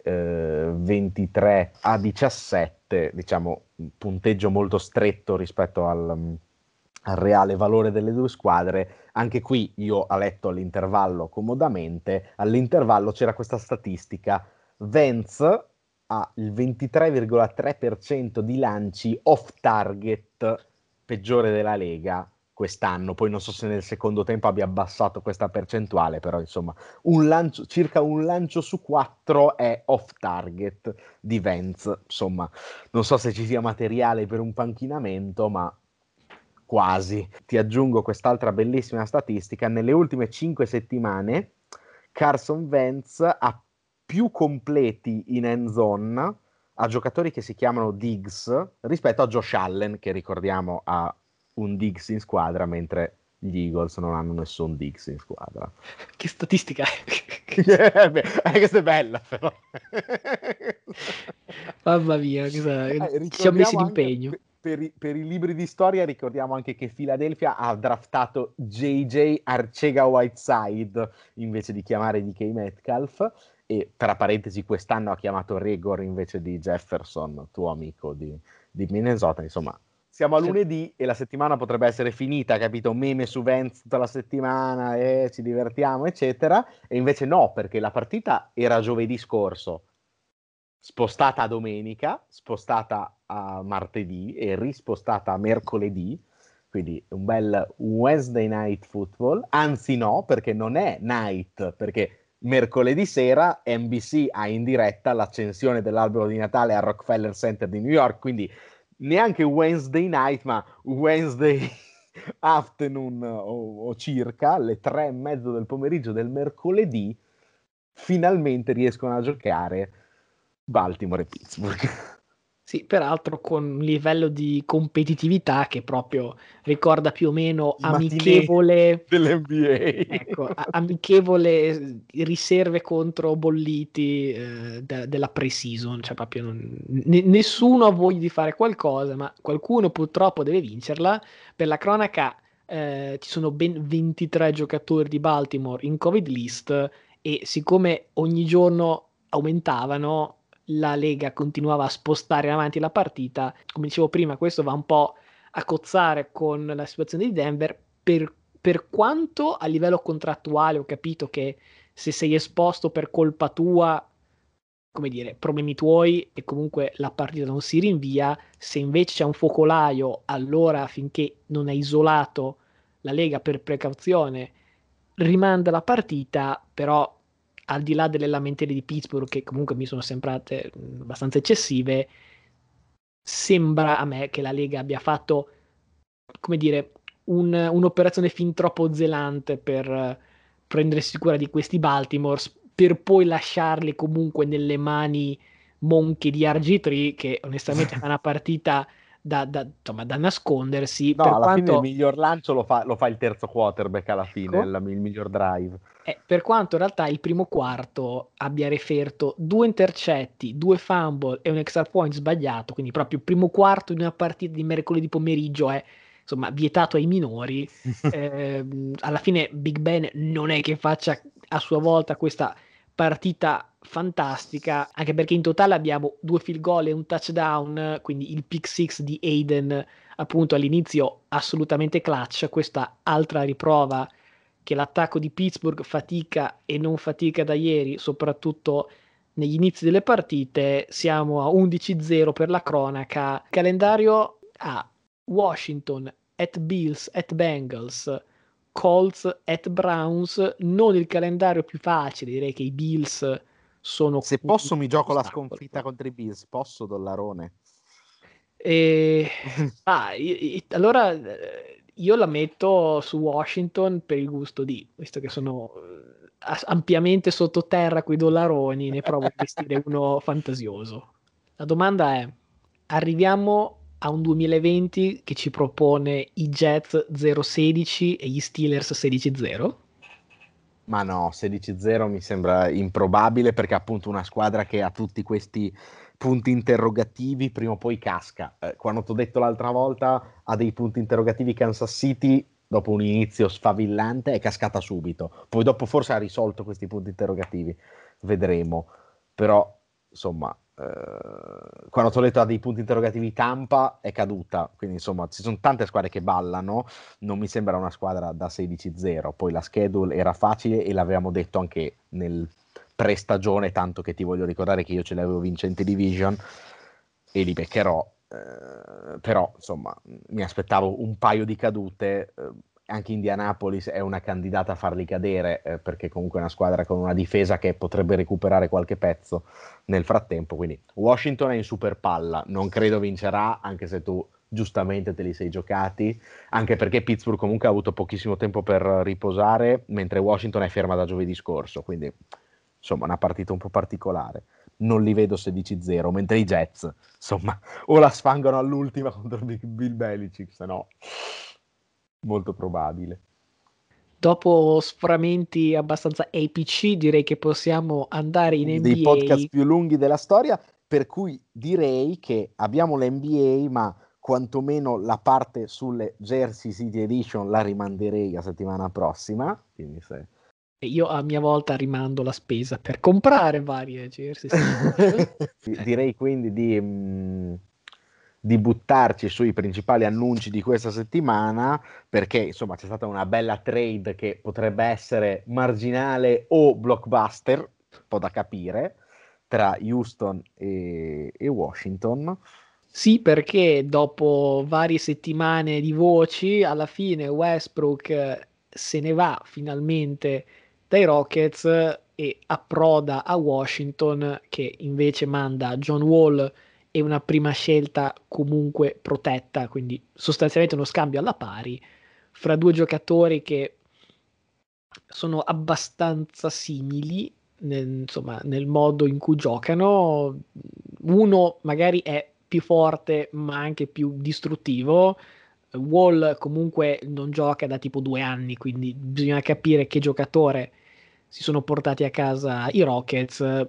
23-17, diciamo un punteggio molto stretto rispetto al reale valore delle due squadre. Anche qui io ho letto all'intervallo comodamente, all'intervallo c'era questa statistica: Vance ha il 23,3% di lanci off target, peggiore della Lega quest'anno. Poi non so se nel secondo tempo abbia abbassato questa percentuale, però insomma circa un lancio su 4 è off target di Vance. Insomma, non so se ci sia materiale per un panchinamento, ma quasi. Ti aggiungo quest'altra bellissima statistica: nelle ultime 5 settimane Carson Wentz ha più completi in end zone a giocatori che si chiamano Diggs rispetto a Josh Allen, che ricordiamo ha un Diggs in squadra, mentre gli Eagles non hanno nessun Diggs in squadra. Che statistica Beh, questa è bella però. Mamma mia, ci siamo messi Ricordiamo anche d'impegno. per i libri di storia, ricordiamo anche che Philadelphia ha draftato JJ Arcega-Whiteside invece di chiamare DK Metcalf, e tra parentesi quest'anno ha chiamato Regor invece di Jefferson, tuo amico di Minnesota. Insomma, siamo a lunedì e la settimana potrebbe essere finita, capito? Meme su Vance tutta la settimana e ci divertiamo, eccetera. E invece no, perché la partita era giovedì scorso, spostata a domenica, spostata a martedì e rispostata a mercoledì. Quindi un bel Wednesday Night Football. Anzi no, perché non è night, perché mercoledì sera NBC ha in diretta l'accensione dell'albero di Natale al Rockefeller Center di New York, quindi neanche Wednesday night, ma Wednesday afternoon o circa alle 3:30 del pomeriggio del mercoledì finalmente riescono a giocare Baltimore e Pittsburgh. Sì, peraltro con un livello di competitività che proprio ricorda più o meno I matinee amichevole, ecco, dell'NBA. amichevole riserve contro bolliti della pre-season, cioè proprio nessuno ha voglia di fare qualcosa, ma qualcuno purtroppo deve vincerla. Per la cronaca, ci sono ben 23 giocatori di Baltimore in Covid list e siccome ogni giorno aumentavano, la Lega continuava a spostare avanti la partita. Come dicevo prima, questo va un po' a cozzare con la situazione di Denver. Per quanto a livello contrattuale ho capito che se sei esposto per colpa tua, come dire, problemi tuoi e comunque la partita non si rinvia, se invece c'è un focolaio, allora finché non è isolato la Lega per precauzione rimanda la partita. Però al di là delle lamentele di Pittsburgh, che comunque mi sono sembrate abbastanza eccessive, sembra a me che la Lega abbia fatto, come dire, un'operazione fin troppo zelante per prendersi cura di questi Baltimore, per poi lasciarli comunque nelle mani monche di RG3, che onestamente fa una partita insomma, da nascondersi, No, per alla fine il quanto... miglior lancio lo fa il terzo quarterback alla fine, Ecco, il miglior drive. per quanto in realtà il primo quarto abbia referto 2 intercetti, 2 fumble e un extra point sbagliato, quindi proprio il primo quarto di una partita di mercoledì pomeriggio è insomma vietato ai minori. Alla fine Big Ben non è che faccia a sua volta questa partita fantastica, anche perché in totale abbiamo 2 field goal e un touchdown, quindi il pick six di Aiden appunto all'inizio assolutamente clutch. Questa altra riprova che l'attacco di Pittsburgh fatica e non fatica da ieri, soprattutto negli inizi delle partite. Siamo a 11-0 per la cronaca. Il calendario ha Washington at Bills at Bengals, Colts at Browns, non il calendario più facile, direi che i Bills sono Se un posso mi gioco la ostacolo. sconfitta contro i Bills, posso dollarone? E... allora io la metto su Washington per il gusto di, visto che sono ampiamente sottoterra quei dollaroni, ne provo a investire uno fantasioso. La domanda è, arriviamo a un 2020 che ci propone i Jets 0-16 e gli Steelers 16-0? Ma no, 16-0 mi sembra improbabile perché appunto una squadra che ha tutti questi punti interrogativi prima o poi casca. Quando ti ho detto l'altra volta ha dei punti interrogativi Kansas City, dopo un inizio sfavillante è cascata subito. Poi dopo forse ha risolto questi punti interrogativi, vedremo. Però insomma, quando ti ho detto ha dei punti interrogativi Tampa è caduta, quindi insomma ci sono tante squadre che ballano, non mi sembra una squadra da 16-0, poi la schedule era facile e l'avevamo detto anche nel pre-stagione, tanto che ti voglio ricordare che io ce l'avevo vincente division e li beccherò, però insomma mi aspettavo un paio di cadute, anche Indianapolis è una candidata a farli cadere, perché comunque è una squadra con una difesa che potrebbe recuperare qualche pezzo nel frattempo, quindi Washington è in super palla, non credo vincerà, anche se tu giustamente te li sei giocati, anche perché Pittsburgh comunque ha avuto pochissimo tempo per riposare, mentre Washington è ferma da giovedì scorso, quindi insomma una partita un po' particolare. Non li vedo 16-0, mentre i Jets, insomma, o la sfangano all'ultima contro Bill Belichick, se no molto probabile. Dopo sforamenti abbastanza epici, direi che possiamo andare in Uno dei podcast NBA. più lunghi della storia, per cui direi che abbiamo l'NBA, ma quantomeno la parte sulle Jersey City Edition la rimanderei a settimana prossima. Quindi se... E io a mia volta rimando la spesa per comprare varie jersey. Direi quindi di buttarci sui principali annunci di questa settimana, perché insomma c'è stata una bella trade che potrebbe essere marginale o blockbuster, un po' da capire, tra Houston e Washington. Sì, perché dopo varie settimane di voci, alla fine Westbrook se ne va finalmente dai Rockets e approda a Washington, che invece manda John Wall e una prima scelta comunque protetta, quindi sostanzialmente uno scambio alla pari fra due giocatori che sono abbastanza simili insomma, nel modo in cui giocano. Uno magari è più forte, ma anche più distruttivo. Wall comunque non gioca da tipo 2 anni, quindi bisogna capire che giocatore si sono portati a casa i Rockets.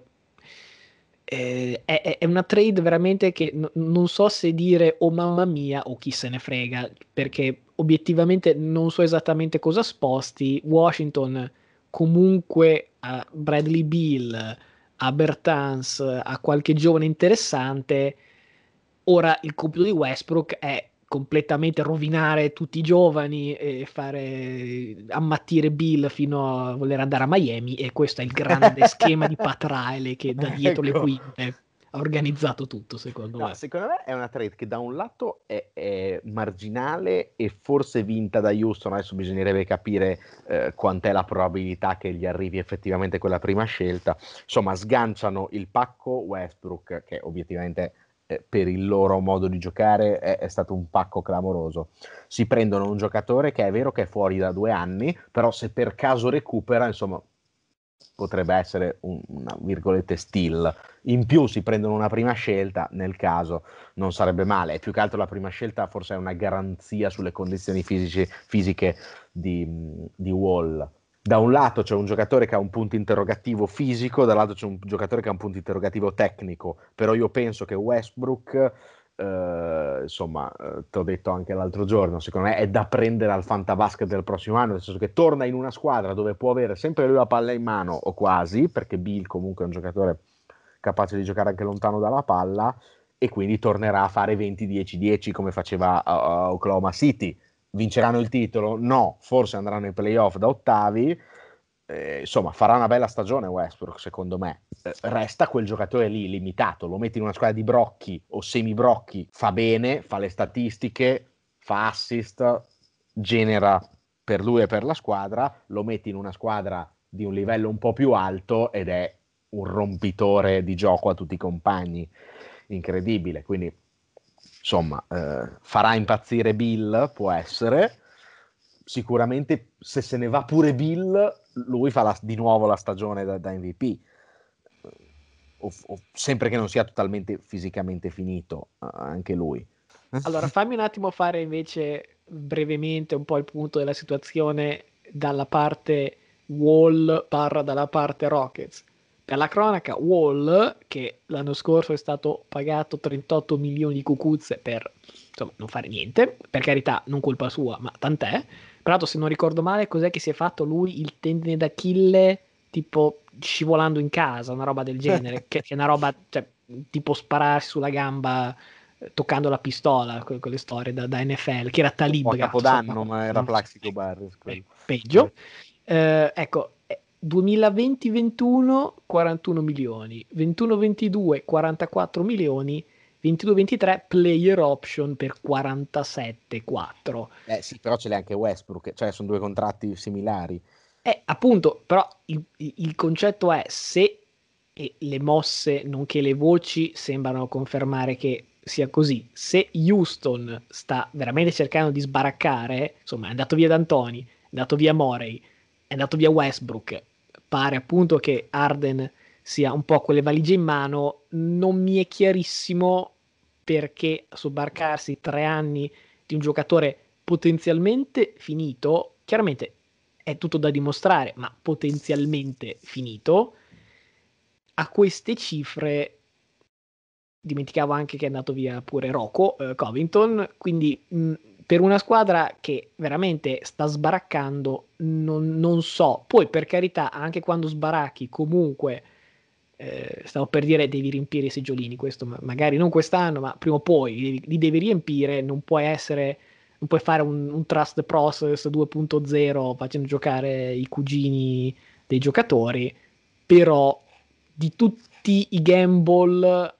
È una trade veramente che non so se dire oh mamma mia o chi se ne frega, perché obiettivamente non so esattamente cosa sposti. Washington comunque a Bradley Beal, a Bertans, a qualche giovane interessante. Ora il compito di Westbrook è completamente rovinare tutti i giovani e fare ammattire Bill fino a voler andare a Miami, e questo è il grande schema di Pat Riley che da dietro le Ecco. quinte ha organizzato tutto, secondo No, me. secondo me è una trade che da un lato è marginale e forse vinta da Houston, adesso bisognerebbe capire quant'è la probabilità che gli arrivi effettivamente quella prima scelta. Insomma, sganciano il pacco Westbrook, che obiettivamente per il loro modo di giocare è stato un pacco clamoroso. Si prendono un giocatore che è vero che è fuori da 2 anni, però se per caso recupera, insomma, potrebbe essere una virgolette steal. In più si prendono una prima scelta, nel caso non sarebbe male. E più che altro la prima scelta forse è una garanzia sulle condizioni fisiche di Wall. Da un lato c'è un giocatore che ha un punto interrogativo fisico, dall'altro c'è un giocatore che ha un punto interrogativo tecnico, però io penso che Westbrook, insomma, te l'ho detto anche l'altro giorno, secondo me è da prendere al fantabasket del prossimo anno, nel senso che torna in una squadra dove può avere sempre lui la palla in mano, o quasi, perché Bill comunque è un giocatore capace di giocare anche lontano dalla palla, e quindi tornerà a fare 20-10-10 come faceva a Oklahoma City. Vinceranno il titolo? No, forse andranno ai playoff da ottavi. Insomma, farà una bella stagione Westbrook, secondo me. Resta quel giocatore lì limitato, lo metti in una squadra di brocchi o semi brocchi, fa bene, fa le statistiche, fa assist, genera per lui e per la squadra, lo metti in una squadra di un livello un po' più alto ed è un rompitore di gioco a tutti i compagni, incredibile. Quindi insomma farà impazzire Bill, può essere. Sicuramente se se ne va pure Bill, lui fa di nuovo la stagione da MVP, sempre che non sia totalmente fisicamente finito anche lui. Allora, fammi un attimo fare invece brevemente un po' il punto della situazione dalla parte Wall barra dalla parte Rockets. Per la cronaca, Wall, che l'anno scorso è stato pagato 38 milioni di cucuzze per insomma, non fare niente, per carità, non colpa sua, ma tant'è. Peraltro, se non ricordo male, cos'è che si è fatto lui il tendine d'Achille tipo scivolando in casa, una roba del genere, che è una roba, cioè, tipo spararsi sulla gamba toccando la pistola, quelle storie da NFL, che era Un po' Talib, a cazzo, Capodanno, ma era Plaxico ecco, Barrios quello. peggio. Ecco, 2020-21 41 milioni, 21-22 44 milioni, 22-23 player option per 47,4. Sì, però ce l'ha anche Westbrook, cioè sono due contratti similari. Appunto, però il concetto è se e le mosse, nonché le voci, sembrano confermare che sia così. Se Houston sta veramente cercando di sbaraccare, insomma, è andato via D'Antoni, è andato via Morey, è andato via Westbrook, pare appunto che Arden sia un po' con le valigie in mano, non mi è chiarissimo perché sobbarcarsi 3 anni di un giocatore potenzialmente finito, chiaramente è tutto da dimostrare, ma potenzialmente finito, a queste cifre dimenticavo anche che è andato via pure Rocco Covington, quindi per una squadra che veramente sta sbaraccando, non so, poi per carità, anche quando sbaracchi comunque, stavo per dire devi riempire i seggiolini, questo magari non quest'anno, ma prima o poi li devi riempire, non puoi fare un trust process 2.0 facendo giocare i cugini dei giocatori, però di tutti i gamble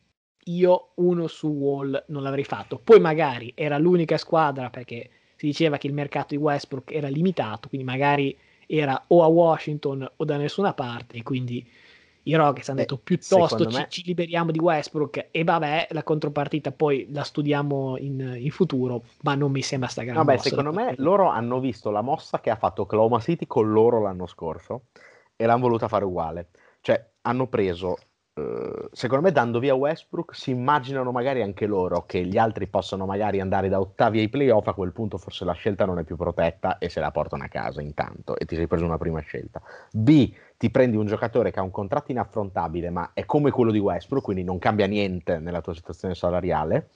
io uno su Wall non l'avrei fatto. Poi magari era l'unica squadra perché si diceva che il mercato di Westbrook era limitato, quindi magari era o a Washington o da nessuna parte, e quindi i Rockets hanno detto piuttosto Secondo me, ci liberiamo di Westbrook e vabbè, la contropartita poi la studiamo in futuro, ma non mi sembra sta gran vabbè, mossa. secondo me loro hanno visto la mossa che ha fatto Oklahoma City con loro l'anno scorso e l'hanno voluta fare uguale. Cioè, hanno preso, secondo me, dando via Westbrook, si immaginano magari anche loro che gli altri possano magari andare da ottavi ai playoff, a quel punto forse la scelta non è più protetta e se la portano a casa intanto e ti sei preso una prima scelta. B, ti prendi un giocatore che ha un contratto inaffrontabile, ma è come quello di Westbrook, quindi non cambia niente nella tua situazione salariale,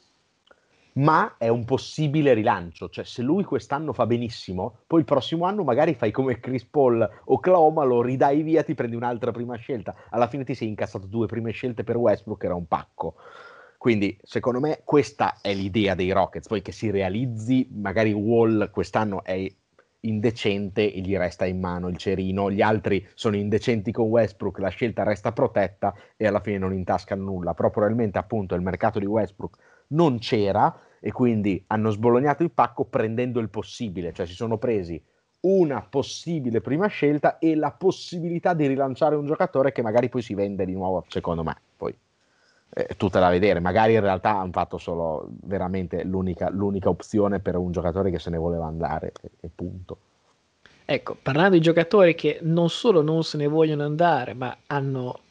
ma è un possibile rilancio, cioè se lui quest'anno fa benissimo, poi il prossimo anno magari fai come Chris Paul, Oklahoma, lo ridai via, ti prendi un'altra prima scelta, alla fine ti sei incassato 2 prime scelte per Westbrook, era un pacco. Quindi secondo me questa è l'idea dei Rockets, poi che si realizzi, magari Wall quest'anno è indecente e gli resta in mano il cerino, gli altri sono indecenti con Westbrook, la scelta resta protetta e alla fine non intascano nulla, però probabilmente appunto il mercato di Westbrook non c'era e quindi hanno sbolognato il pacco prendendo il possibile, cioè si sono presi una possibile prima scelta e la possibilità di rilanciare un giocatore che magari poi si vende di nuovo, secondo me, poi è tutta da vedere, magari in realtà hanno fatto solo veramente l'unica opzione per un giocatore che se ne voleva andare e punto. Ecco, parlando di giocatori che non solo non se ne vogliono andare, ma hanno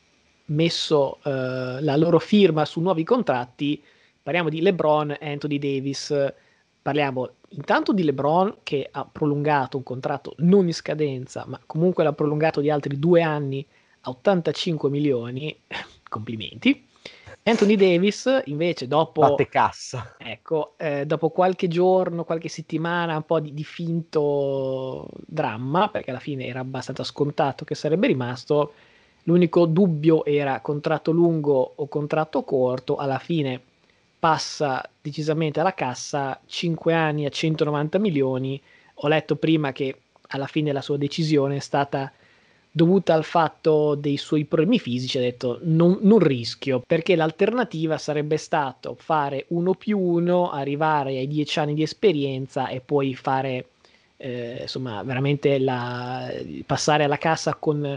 messo la loro firma su nuovi contratti, parliamo di LeBron e Anthony Davis. Parliamo intanto di LeBron che ha prolungato un contratto non in scadenza, ma comunque l'ha prolungato di altri 2 anni a 85 milioni. Complimenti. Anthony Davis invece dopo Batte cassa. ecco, dopo qualche giorno, qualche settimana, un po' di finto dramma, perché alla fine era abbastanza scontato che sarebbe rimasto, l'unico dubbio era contratto lungo o contratto corto, alla fine passa decisamente alla cassa, 5 anni a 190 milioni. Ho letto prima che alla fine la sua decisione è stata dovuta al fatto dei suoi problemi fisici, ha detto non rischio, perché l'alternativa sarebbe stato fare 1+1, arrivare ai 10 anni di esperienza e poi fare insomma veramente passare alla cassa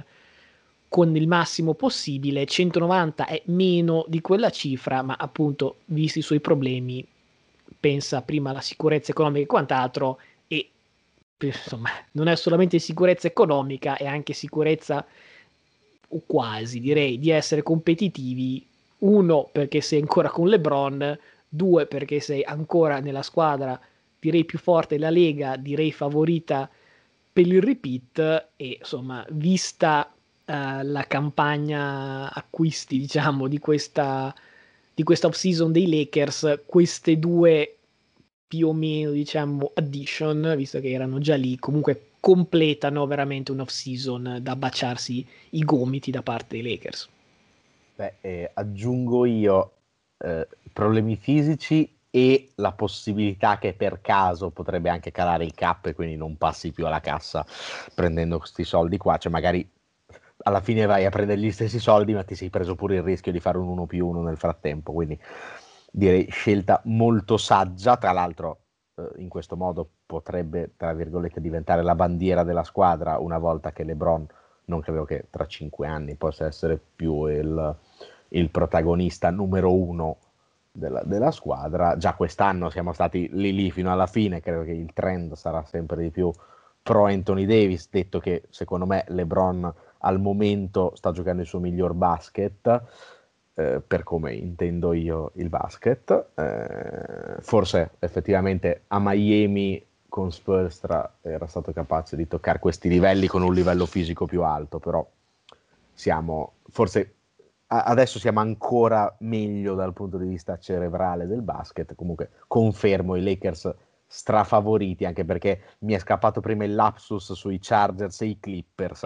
con il massimo possibile. 190 è meno di quella cifra, ma appunto, visti i suoi problemi, pensa prima alla sicurezza economica e quant'altro, e insomma, non è solamente sicurezza economica, è anche sicurezza, o quasi direi, di essere competitivi. Uno, perché sei ancora con LeBron, due, perché sei ancora nella squadra, direi più forte della Lega, direi favorita per il repeat, e insomma, vista la campagna acquisti, diciamo, di questa off-season dei Lakers, queste due più o meno, diciamo, addition, visto che erano già lì, comunque completano veramente un off-season da baciarsi i gomiti da parte dei Lakers. Beh, aggiungo io problemi fisici e la possibilità che per caso potrebbe anche calare il cap e quindi non passi più alla cassa prendendo questi soldi qua, cioè magari alla fine vai a prendere gli stessi soldi ma ti sei preso pure il rischio di fare un 1+1 nel frattempo, quindi direi scelta molto saggia, tra l'altro in questo modo potrebbe, tra virgolette, diventare la bandiera della squadra una volta che LeBron, non credo che tra 5 anni possa essere più il protagonista numero uno della squadra. Già quest'anno siamo stati lì fino alla fine, credo che il trend sarà sempre di più pro Anthony Davis, detto che secondo me LeBron al momento sta giocando il suo miglior basket, per come intendo io il basket. Forse effettivamente a Miami con Spolstra era stato capace di toccare questi livelli con un livello fisico più alto, però adesso siamo ancora meglio dal punto di vista cerebrale del basket. Comunque confermo i Lakers strafavoriti, anche perché mi è scappato prima il lapsus sui Chargers e i Clippers,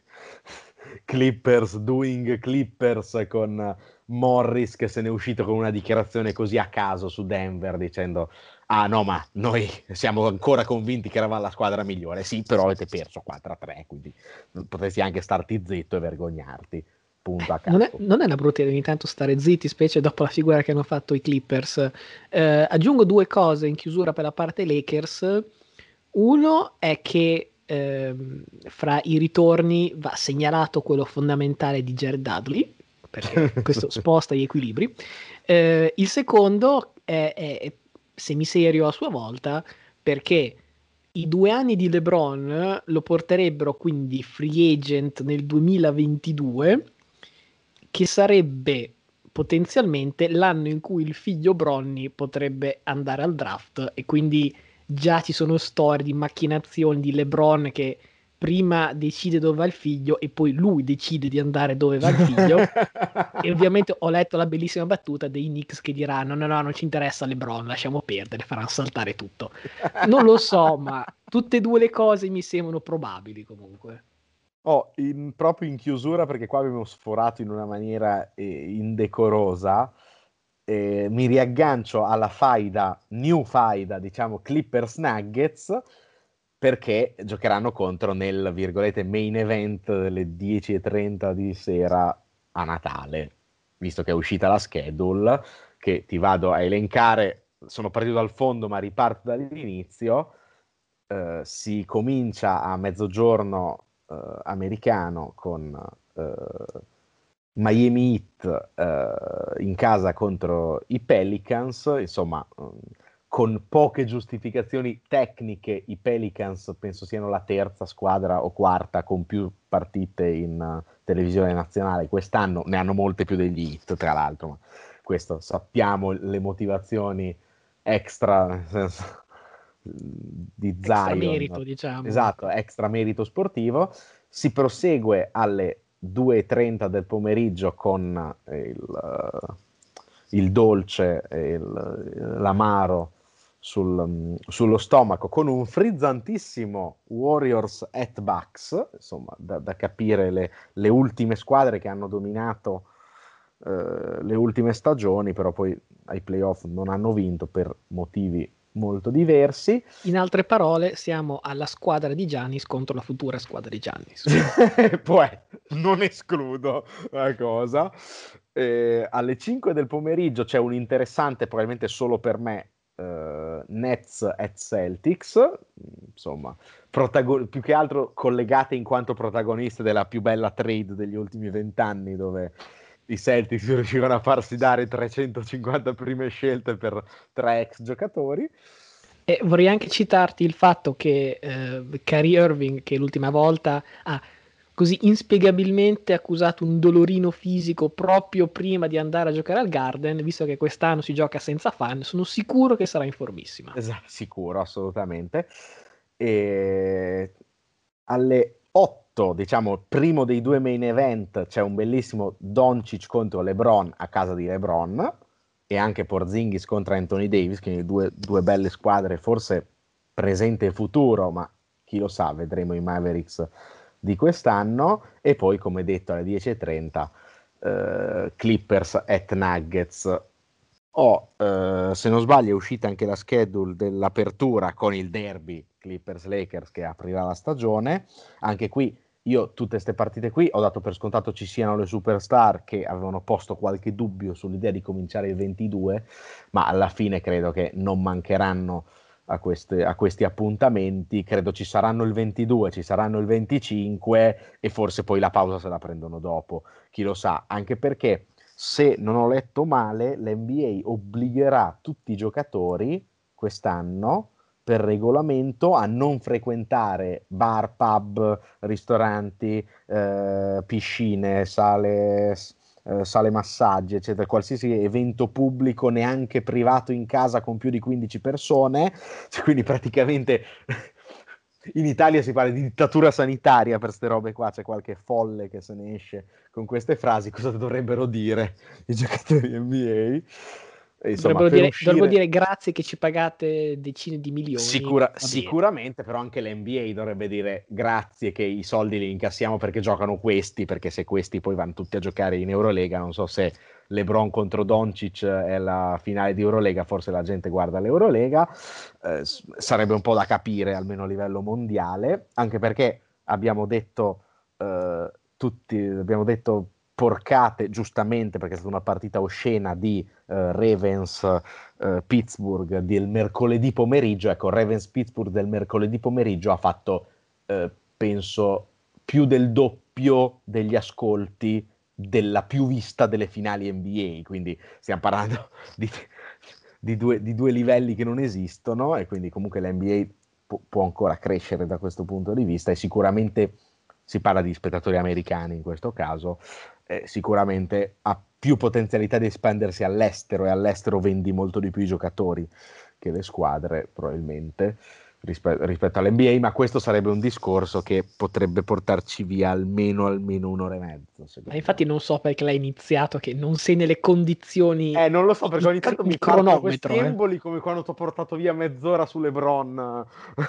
Clippers doing Clippers, con Morris che se n'è uscito con una dichiarazione così a caso su Denver dicendo: ah no, ma noi siamo ancora convinti che eravamo la squadra migliore. Sì, però avete perso 4-3, quindi potresti anche starti zitto e vergognarti. Punto a capo. Non è una brutta idea ogni tanto stare zitti, specie dopo la figura che hanno fatto i Clippers. Aggiungo due cose in chiusura per la parte Lakers. Uno è che fra i ritorni va segnalato quello fondamentale di Jared Dudley, perché questo sposta gli equilibri. Il secondo è semiserio a sua volta, perché i 2 anni di LeBron lo porterebbero quindi free agent nel 2022, che sarebbe potenzialmente l'anno in cui il figlio Bronny potrebbe andare al draft, e quindi già ci sono storie di macchinazioni di LeBron che prima decide dove va il figlio e poi lui decide di andare dove va il figlio. E ovviamente ho letto la bellissima battuta dei Knicks che diranno: no, no, non ci interessa LeBron, lasciamo perdere, faranno saltare tutto. Non lo so, ma tutte e due le cose mi sembrano probabili comunque. Proprio in chiusura, perché qua abbiamo sforato in una maniera indecorosa, mi riaggancio alla new faida, diciamo, Clippers Nuggets, perché giocheranno contro nel, virgolette, main event delle 10:30 di sera a Natale, visto che è uscita la schedule, che ti vado a elencare. Sono partito dal fondo ma riparto dall'inizio. Si comincia a mezzogiorno americano con Miami Heat in casa contro i Pelicans, insomma, con poche giustificazioni tecniche. I Pelicans penso siano la terza squadra o quarta con più partite in televisione nazionale quest'anno, ne hanno molte più degli Heat tra l'altro, ma questo sappiamo le motivazioni extra, nel senso, di Extra Zion, merito, diciamo, esatto, ecco. extra merito sportivo. Si prosegue alle 2:30 del pomeriggio con il dolce e l'amaro sullo stomaco, con un frizzantissimo Warriors at Bucks, insomma, da capire le ultime squadre che hanno dominato le ultime stagioni, però poi ai playoff non hanno vinto per motivi molto diversi. In altre parole, siamo alla squadra di Giannis contro la futura squadra di Giannis. Poi non escludo la cosa. Alle 5 del pomeriggio c'è un interessante, probabilmente solo per me, Nets at Celtics, insomma, più che altro collegate in quanto protagoniste della più bella trade degli ultimi 20 anni, dove i Celtics riuscivano a farsi dare 350 prime scelte per 3 ex giocatori. E vorrei anche citarti il fatto che Kyrie Irving, che l'ultima volta ha così inspiegabilmente accusato un dolorino fisico proprio prima di andare a giocare al Garden, visto che quest'anno si gioca senza fan, sono sicuro che sarà in formissima. Esatto, sicuro, assolutamente. E alle 8, diciamo, primo dei due main event, c'è un bellissimo Doncic contro LeBron a casa di LeBron e anche Porzingis contro Anthony Davis, quindi due belle squadre, forse presente e futuro, ma chi lo sa, vedremo i Mavericks di quest'anno. E poi, come detto, alle 10:30 Clippers at Nuggets. Se non sbaglio, è uscita anche la schedule dell'apertura con il derby Clippers-Lakers che aprirà la stagione. Anche qui, io tutte queste partite qui ho dato per scontato ci siano le superstar che avevano posto qualche dubbio sull'idea di cominciare il 22, ma alla fine credo che non mancheranno a questi appuntamenti. Credo ci saranno il 22, ci saranno il 25 e forse poi la pausa se la prendono dopo. Chi lo sa, anche perché se non ho letto male, l'NBA obbligherà tutti i giocatori quest'anno per regolamento a non frequentare bar, pub, ristoranti, piscine, sale massaggi, eccetera, qualsiasi evento pubblico, neanche privato in casa con più di 15 persone. Quindi praticamente in Italia si parla di dittatura sanitaria per queste robe qua, c'è qualche folle che se ne esce con queste frasi. Cosa dovrebbero dire i giocatori NBA? E insomma, per Dovrebbero uscire dire grazie che ci pagate decine di milioni, va bene. sicuramente, però anche l'NBA dovrebbe dire grazie che i soldi li incassiamo perché giocano questi, perché se questi poi vanno tutti a giocare in Eurolega, non so se LeBron contro Doncic è la finale di Eurolega, forse la gente guarda l'Eurolega, sarebbe un po' da capire almeno a livello mondiale, anche perché abbiamo detto porcate giustamente perché è stata una partita oscena di Ravens Pittsburgh del mercoledì pomeriggio. Ecco, Ravens Pittsburgh del mercoledì pomeriggio ha fatto penso più del doppio degli ascolti della più vista delle finali NBA, quindi stiamo parlando di due livelli che non esistono, e quindi comunque l'NBA può ancora crescere da questo punto di vista, e sicuramente si parla di spettatori americani in questo caso, sicuramente ha più potenzialità di espandersi all'estero, e all'estero vendi molto di più i giocatori che le squadre probabilmente rispetto all'NBA, ma questo sarebbe un discorso che potrebbe portarci via almeno un'ora e mezza, Ma secondo infatti me. non so perché l'hai iniziato, che non sei nelle condizioni Non lo so, perché ogni tanto di mi partono questi cronometro, eh. emboli come quando ti ho portato via mezz'ora su LeBron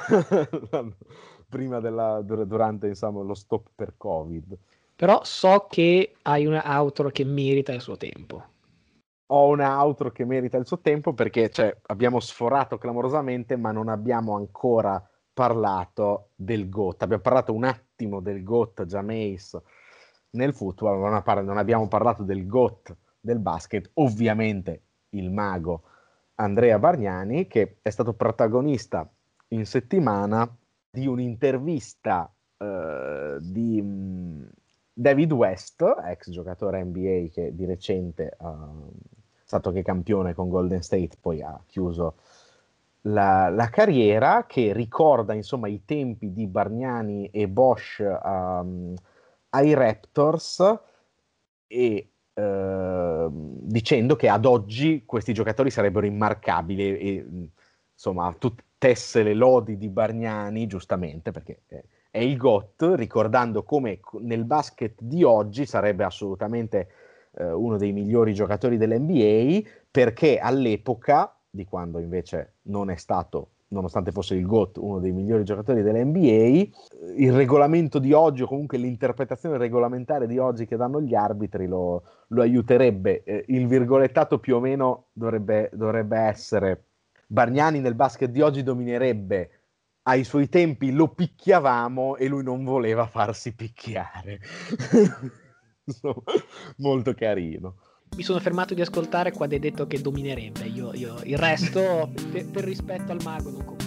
prima durante insomma, lo stop per Covid. Però so che hai una outro che merita il suo tempo. Ho una outro che merita il suo tempo perché cioè, abbiamo sforato clamorosamente, ma non abbiamo ancora parlato del GOAT. Abbiamo parlato un attimo del GOAT Jameis nel football, ma non abbiamo parlato del GOAT del basket, ovviamente il mago Andrea Bargnani, che è stato protagonista in settimana di un'intervista di David West, ex giocatore NBA che di recente è stato che campione con Golden State, poi ha chiuso la carriera, che ricorda insomma i tempi di Bargnani e Bosch ai Raptors, e dicendo che ad oggi questi giocatori sarebbero immarcabili, e insomma tesse le lodi di Bargnani giustamente perché è il GOAT, ricordando come nel basket di oggi sarebbe assolutamente uno dei migliori giocatori dell'NBA, perché all'epoca di quando invece non è stato, nonostante fosse il GOAT, uno dei migliori giocatori dell'NBA, il regolamento di oggi, o comunque l'interpretazione regolamentare di oggi che danno gli arbitri, lo aiuterebbe. Il virgolettato più o meno dovrebbe essere Bargnani nel basket di oggi dominerebbe, ai suoi tempi lo picchiavamo e lui non voleva farsi picchiare. Insomma, molto carino. Mi sono fermato di ascoltare quando hai detto che dominerebbe. Io il resto, per rispetto al mago, non commento.